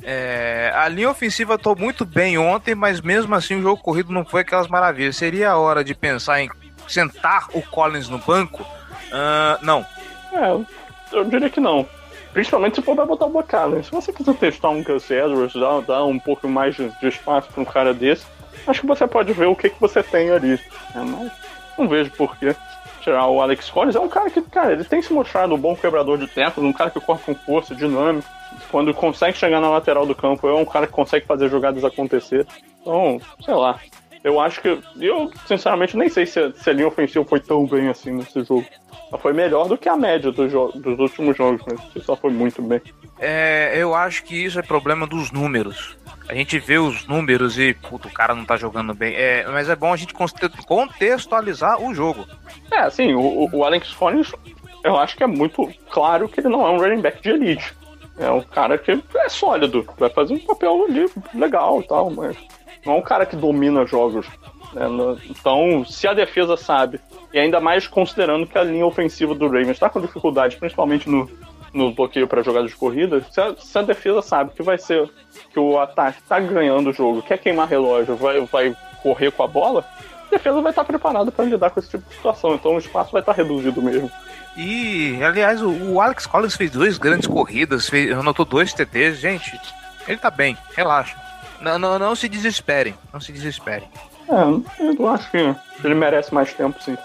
É, a linha ofensiva atuou muito bem ontem, mas mesmo assim o jogo corrido não foi aquelas maravilhas. Seria a hora de pensar em sentar o Collins no banco? Uh, não. É, eu diria que não. Principalmente se for pra botar o Bacana. Se você quiser testar um Gus Edwards, dar, dar um pouco mais de, de espaço pra um cara desse, acho que você pode ver o que, que você tem ali. É, mas não vejo por que tirar o Alex Collins. É um cara que, cara, ele tem se mostrado um bom quebrador de tetos, um cara que corre com força, dinâmico. Quando consegue chegar na lateral do campo, é um cara que consegue fazer jogadas acontecer. Então, sei lá. Eu acho que... Eu, sinceramente, nem sei se a, se a linha ofensiva foi tão bem assim nesse jogo. Ela foi melhor do que a média dos, dos últimos jogos, mas só foi muito bem. É, eu acho que isso é problema dos números. A gente vê os números e, puto, o cara não tá jogando bem. É, mas é bom a gente contextualizar o jogo. É, assim, o, o Alex Collins, eu acho que é muito claro que ele não é um running back de elite. É um cara que é sólido, vai fazer um papel ali legal e tal, mas não é um cara que domina jogos. Né? Então, se a defesa sabe, e ainda mais considerando que a linha ofensiva do Ravens está com dificuldade, principalmente no, no bloqueio para jogadas de corrida, se a, se a defesa sabe que vai ser que o ataque está ganhando o jogo, quer queimar relógio, vai, vai correr com a bola, a defesa vai estar preparada para lidar com esse tipo de situação, então o espaço vai estar reduzido mesmo. E, aliás, o, o Alex Collins fez duas grandes corridas, fez, anotou dois T Ts, gente, ele tá bem, relaxa. Não, não, não se desesperem, não se desesperem. É, eu acho que ele merece mais tempo, sim.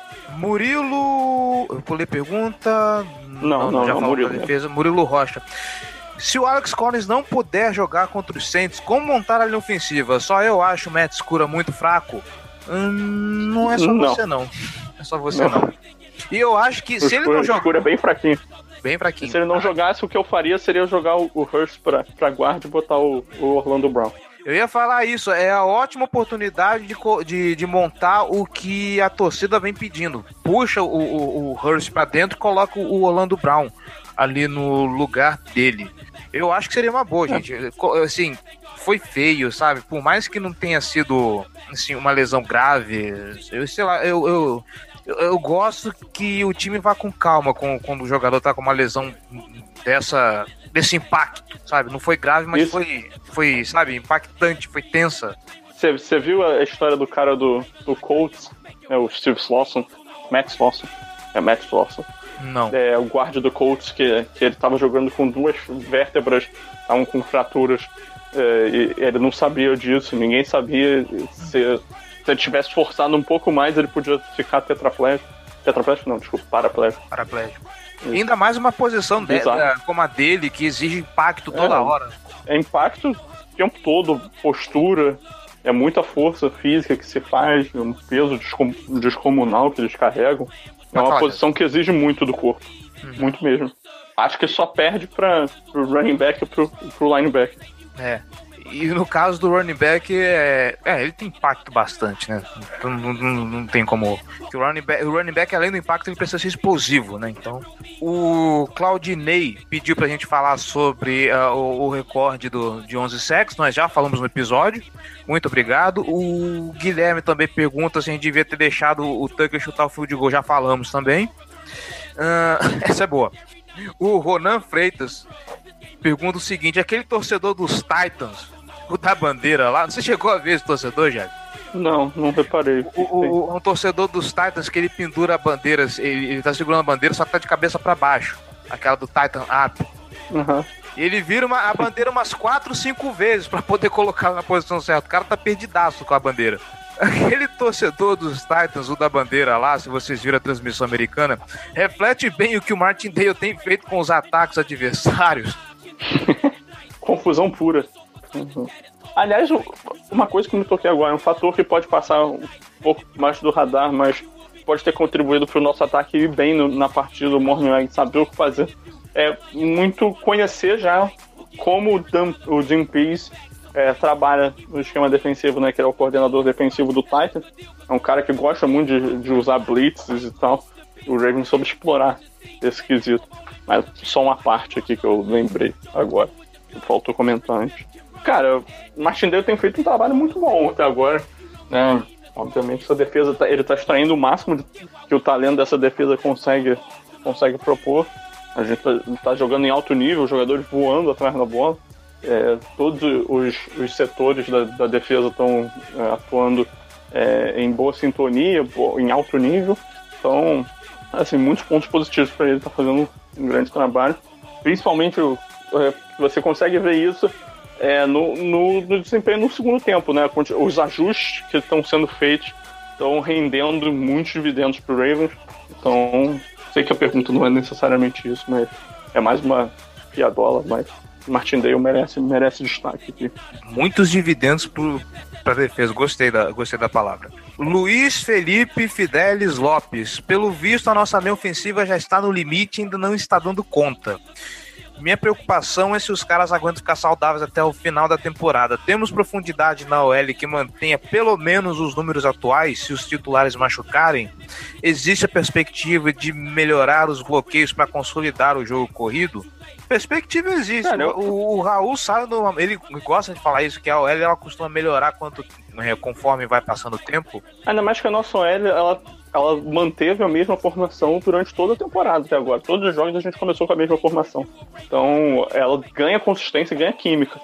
Murilo... Eu pulei pergunta... Não, não, não, já não falou Murilo. da defesa. Murilo Rocha. Se o Alex Collins não puder jogar contra os Saints, como montar a linha ofensiva? Só eu acho o Matt Skura muito fraco? Hum, não é só não. você, não. É só você, não. não. E eu acho que o se Skura, ele não jogar... O Skura é bem fraquinho. Bem fraquinho. Se ele não jogasse, o que eu faria seria jogar o, o Hurst pra, pra guarda e botar o, o Orlando Brown. Eu ia falar isso, é a ótima oportunidade de, de, de montar o que a torcida vem pedindo. Puxa o, o, o Hurst pra dentro e coloca o Orlando Brown ali no lugar dele. Eu acho que seria uma boa, gente. Assim, foi feio, sabe? Por mais que não tenha sido assim, uma lesão grave, eu sei lá, eu, eu, eu, eu gosto que o time vá com calma com, quando o jogador tá com uma lesão dessa... desse impacto, sabe? Não foi grave, mas foi, foi, sabe, impactante, foi tensa. Você viu a história do cara do, do Colts, é o Steve Slauson, Matt Slauson, é Matt Slauson. Não. É o guarda do Colts, que, que ele tava jogando com duas vértebras, estavam com fraturas, é, e ele não sabia disso, ninguém sabia. Se, se ele tivesse forçado um pouco mais, ele podia ficar tetraplégico. Tetraplégico não, desculpa, paraplégico. Paraplégico. E ainda mais uma posição de, como a dele, que exige impacto toda é, hora. É impacto o tempo todo, postura, é muita força física que se faz, é um peso descom- descomunal que eles carregam. É uma posição que exige muito do corpo, uhum. muito mesmo. Acho que só perde para o running back e pro, pro linebacker. É. E no caso do running back, é, é, ele tem impacto bastante, né? Não, não, não tem como... O running, back, o running back, além do impacto, ele precisa ser explosivo, né? Então, o Claudinei pediu pra gente falar sobre uh, o, o recorde do, de onze sacks. Nós já falamos no episódio. Muito obrigado. O Guilherme também pergunta se a gente devia ter deixado o Tucker chutar o field goal. Já falamos também. Uh, essa é boa. O Ronan Freitas pergunta o seguinte: aquele torcedor dos Titans, o da bandeira lá, você chegou a ver esse torcedor, Jair? Não, não reparei. O, o, um torcedor dos Titans que ele pendura a bandeira, ele, ele tá segurando a bandeira, só que tá de cabeça pra baixo. Aquela do Titan Up. Uhum. E ele vira uma, a bandeira umas quatro, cinco vezes pra poder colocar na posição certa. O cara tá perdidaço com a bandeira. Aquele torcedor dos Titans, o da bandeira lá, se vocês viram a transmissão americana, reflete bem o que o Martindale tem feito com os ataques adversários. Confusão pura. Uhum. Aliás, uma coisa que me toquei agora, um fator que pode passar um pouco mais do radar, mas pode ter contribuído para o nosso ataque ir bem no, na partida do Morning, saber o que fazer, é muito conhecer já como o, Dan, o Jim Pease é, trabalha no esquema defensivo, né, que é o coordenador defensivo do Titans. É um cara que gosta muito de, de usar blitzes e tal. O Ravens soube explorar esse quesito. Mas só uma parte aqui que eu lembrei agora, que faltou comentar antes. Cara, o Martindale tem feito um trabalho muito bom até agora, né? Obviamente, essa defesa, tá, ele tá extraindo o máximo que o talento dessa defesa consegue, consegue propor. A gente tá, tá jogando em alto nível, os jogadores voando atrás da bola. É, todos os, os setores da, da defesa estão é, atuando é, em boa sintonia, em alto nível. Então, assim, muitos pontos positivos para ele. Tá fazendo um grande trabalho. Principalmente, é, você consegue ver isso é, no, no, no desempenho no segundo tempo, né? Os ajustes que estão sendo feitos estão rendendo muitos dividendos para o Ravens. Então, sei que a pergunta não é necessariamente isso, mas é mais uma piadola, mas Martindale merece, merece destaque aqui. Muitos dividendos para a defesa, gostei da, gostei da palavra. Luiz Felipe Fidelis Lopes. Pelo visto, a nossa linha ofensiva já está no limite e ainda não está dando conta. Minha preocupação é se os caras aguentam ficar saudáveis até o final da temporada. Temos profundidade na O L que mantenha pelo menos os números atuais se os titulares machucarem? Existe a perspectiva de melhorar os bloqueios para consolidar o jogo corrido? Perspectiva existe. Cara, eu... o, o Raul sabe, do, ele gosta de falar isso, que a O L ela costuma melhorar quanto, conforme vai passando o tempo. Ainda mais que a nossa O L, ela... ela manteve a mesma formação durante toda a temporada até agora. Todos os jogos a gente começou com a mesma formação. Então, ela ganha consistência e ganha química.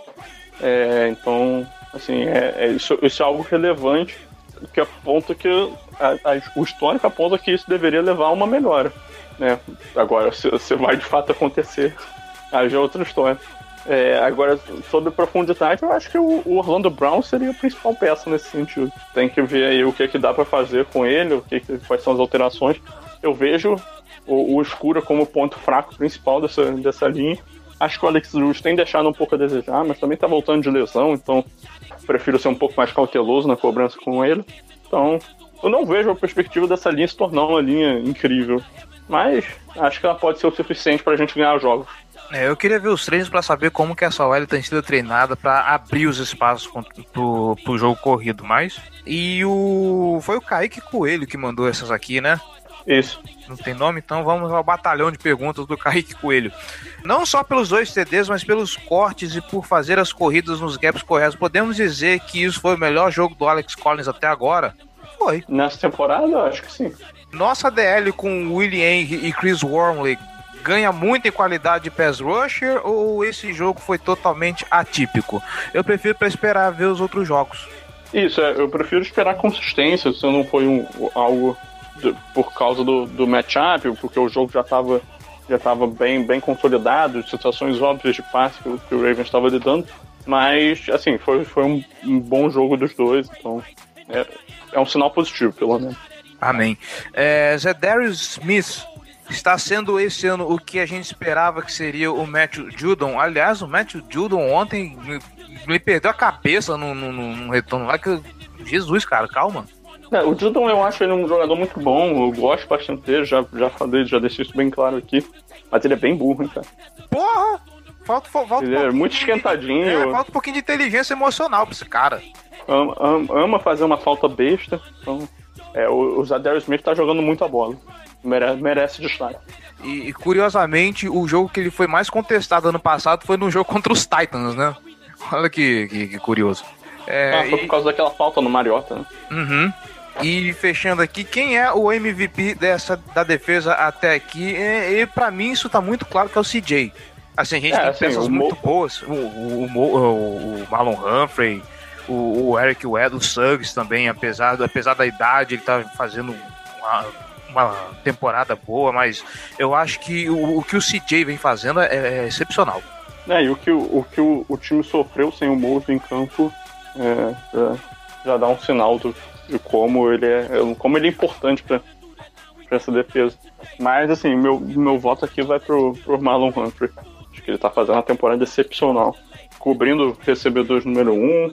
É, então, assim, é, é isso, isso é algo relevante que aponta que a, a, o histórico aponta que isso deveria levar a uma melhora. Né? Agora, se, se vai de fato acontecer, aí já é outra história. É, agora, sobre profundidade, eu acho que o, o Orlando Brown seria a principal peça nesse sentido. Tem que ver aí o que, que dá para fazer com ele, o que, que, quais são as alterações. Eu vejo o, o Escura como o ponto fraco principal dessa, dessa linha. Acho que o Alex Ruiz tem deixado um pouco a desejar, mas também tá voltando de lesão, então prefiro ser um pouco mais cauteloso na cobrança com ele. Então, eu não vejo a perspectiva dessa linha se tornar uma linha incrível, mas acho que ela pode ser o suficiente pra gente ganhar os jogos. É, eu queria ver os treinos para saber como que essa O L tem sido treinada para abrir os espaços pro, pro jogo corrido, mas... E o... foi o Kaique Coelho que mandou essas aqui, né? Isso. Não tem nome? Então vamos ao batalhão de perguntas do Kaique Coelho. Não só pelos dois T Ds, mas pelos cortes e por fazer as corridas nos gaps corretos. Podemos dizer que isso foi o melhor jogo do Alex Collins até agora? Foi. Nessa temporada, eu acho que sim. Nossa D L com Willie Henry e Chris Wormley ganha muito em qualidade de pass rusher ou esse jogo foi totalmente atípico? Eu prefiro para esperar ver os outros jogos. Isso, é, eu prefiro esperar consistência, se não foi um, algo de, por causa do, do matchup, porque o jogo já estava já tava bem, bem consolidado, situações óbvias de passe que, que o Ravens estava lidando, mas assim, foi, foi um, um bom jogo dos dois, então é, é um sinal positivo, pelo menos. Amém. É, Zedarius Smith está sendo esse ano o que a gente esperava que seria o Matthew Judon. Aliás, o Matthew Judon ontem me, me perdeu a cabeça no, no, no retorno lá. Que Jesus, cara, calma. É, o Judon eu acho ele um jogador muito bom. Eu gosto bastante dele, já, já falei, já deixei isso bem claro aqui. Mas ele é bem burro, hein, cara. Porra! Falta, falta ele um é muito esquentadinho. De, é, falta um pouquinho de inteligência emocional pra esse cara. Ama, ama, ama fazer uma falta besta. Então, é, o, o Zedarius Smith tá jogando muito a bola. Merece, merece destaque. E, e curiosamente, o jogo que ele foi mais contestado ano passado foi no jogo contra os Titans, né? Olha que, que, que curioso. É, ah, foi e... por causa daquela falta no Mariota, né? Uhum. E fechando aqui, quem é o M V P dessa, da defesa até aqui? E, e pra mim isso tá muito claro que é o C J. Assim, a gente é, tem assim, peças muito Mo... boas. O, o, o, o Marlon Humphrey, o, o Eric Weddle, o Suggs também, apesar, apesar da idade, ele tá fazendo uma, uma temporada boa, mas eu acho que o, o que o C J vem fazendo é, é excepcional. É, e o que, o, o, que o, o time sofreu sem o Mose em campo é, já, já dá um sinal do, de como ele é, como ele é importante para essa defesa. Mas, assim, meu, meu voto aqui vai pro, pro Marlon Humphrey. Acho que ele tá fazendo uma temporada excepcional. Cobrindo recebedores número um,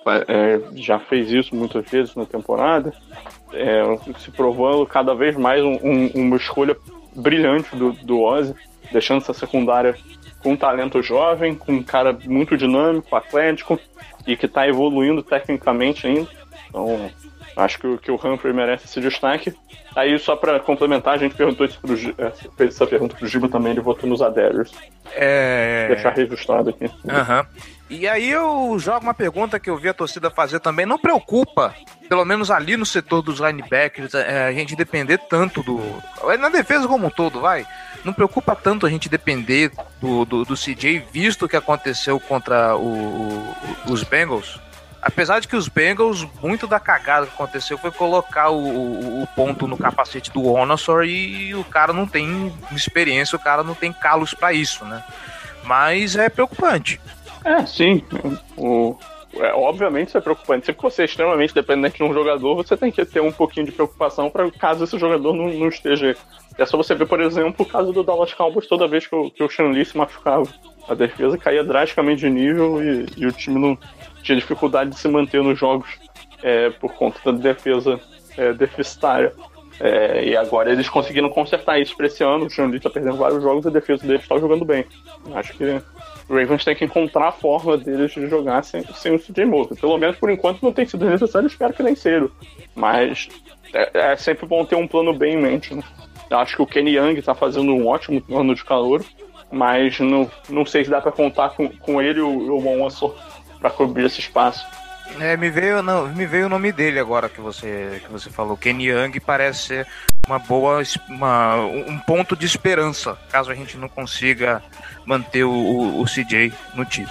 é, já fez isso muitas vezes na temporada. É, se provando cada vez mais um, um, uma escolha brilhante do, do Ozzy, deixando essa secundária com um talento jovem, com um cara muito dinâmico, atlético e que está evoluindo tecnicamente ainda. Então, Acho que, que o Humphrey merece esse destaque. Aí, só pra complementar, a gente perguntou isso pro, fez essa pergunta pro Giba também, ele votou nos Adairs. É... Deixar registrado aqui. Aham. Uhum. E aí eu jogo uma pergunta que eu vi a torcida fazer também. Não preocupa, pelo menos ali no setor dos linebackers, a gente depender tanto do... Na defesa como um todo, vai. Não preocupa tanto a gente depender do, do, do C J, visto o que aconteceu contra o, o, os Bengals. Apesar de que os Bengals, muito da cagada que aconteceu foi colocar o, o, o ponto no capacete do Onosor e o cara não tem experiência, o cara não tem calos pra isso, né? Mas é preocupante. É, sim. O, é, obviamente isso é preocupante. Se você é extremamente dependente de um jogador, você tem que ter um pouquinho de preocupação para caso esse jogador não, não esteja... É só você ver, por exemplo, o caso do Dallas Cowboys, toda vez que o, que o Sean Lee se machucava. A defesa caía drasticamente de nível e, e o time não tinha dificuldade de se manter nos jogos é, por conta da defesa é, deficitária. É, e agora eles conseguiram consertar isso para esse ano. O Sean Lee está perdendo vários jogos e a defesa deles está jogando bem. Acho que o Ravens tem que encontrar a forma deles de jogar sem, sem o C J Mosley. Pelo menos por enquanto não tem sido necessário, espero que nem cedo. Mas é, é sempre bom ter um plano bem em mente, né? Acho que o Kenny Young está fazendo um ótimo ano de calor, mas não, não sei se dá para contar com, com ele e o Onosor para cobrir esse espaço. É, me veio, não, me veio o nome dele agora que você, que você falou. Kenny Young parece ser uma boa, uma, um ponto de esperança, caso a gente não consiga manter o, o, o C J no time.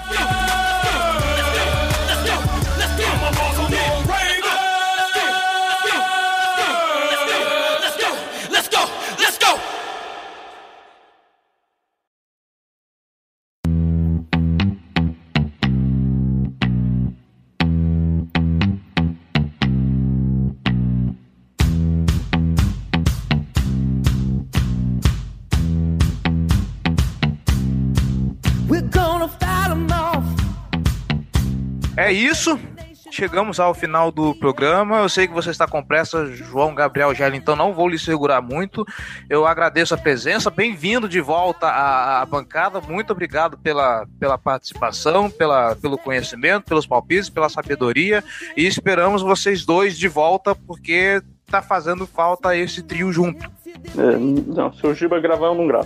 É isso, chegamos ao final do programa. Eu sei que você está com pressa, João Gabriel Gelli, então não vou lhe segurar muito. Eu agradeço a presença, bem-vindo de volta à, à bancada. Muito obrigado pela, pela participação, pela, pelo conhecimento, pelos palpites, pela sabedoria, e esperamos vocês dois de volta, porque tá fazendo falta esse trio junto. É, não, se o Giba gravar, eu não gravo.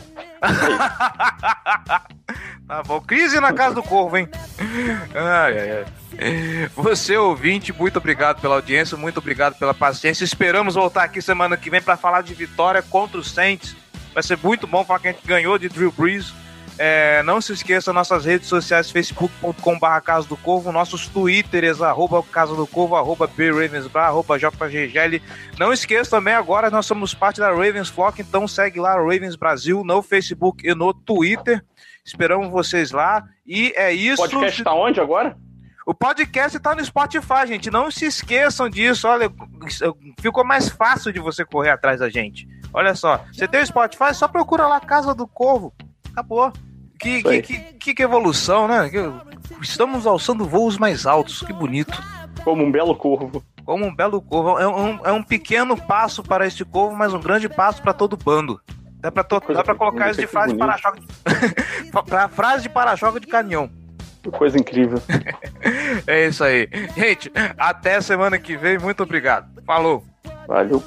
Tá bom, crise na casa do Corvo, hein? Ai, ai, ai. Você, ouvinte, muito obrigado pela audiência, muito obrigado pela paciência. Esperamos voltar aqui semana que vem para falar de vitória contra os Saints. Vai ser muito bom falar que a gente ganhou de Drew Brees. É, não se esqueça, nossas redes sociais, facebook ponto com barra Casa do Corvo, nossos twitters, arroba Casa do Corvo, arroba bravensbra, arroba jgl. Não esqueça também, agora nós somos parte da Ravens Flock, então segue lá Ravens Brasil no Facebook e no Twitter. Esperamos vocês lá. E é isso. O podcast tá onde agora? O podcast tá no Spotify, gente. Não se esqueçam disso. Olha, ficou mais fácil de você correr atrás da gente. Olha só, você tem o Spotify, só procura lá Casa do Corvo. Acabou. Que, que, que, que evolução, né? Estamos alçando voos mais altos. Que bonito. Como um belo corvo. Como um belo corvo. É um, é um pequeno passo para este corvo, mas um grande passo para todo o bando. Dá pra, to... Dá pra colocar isso de frase de para-choque. Pra frase de para-choque de caminhão. Que coisa incrível. É isso aí. Gente, até semana que vem. Muito obrigado. Falou. Valeu.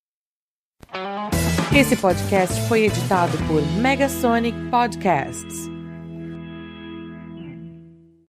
Esse podcast foi editado por Megasonic Podcasts.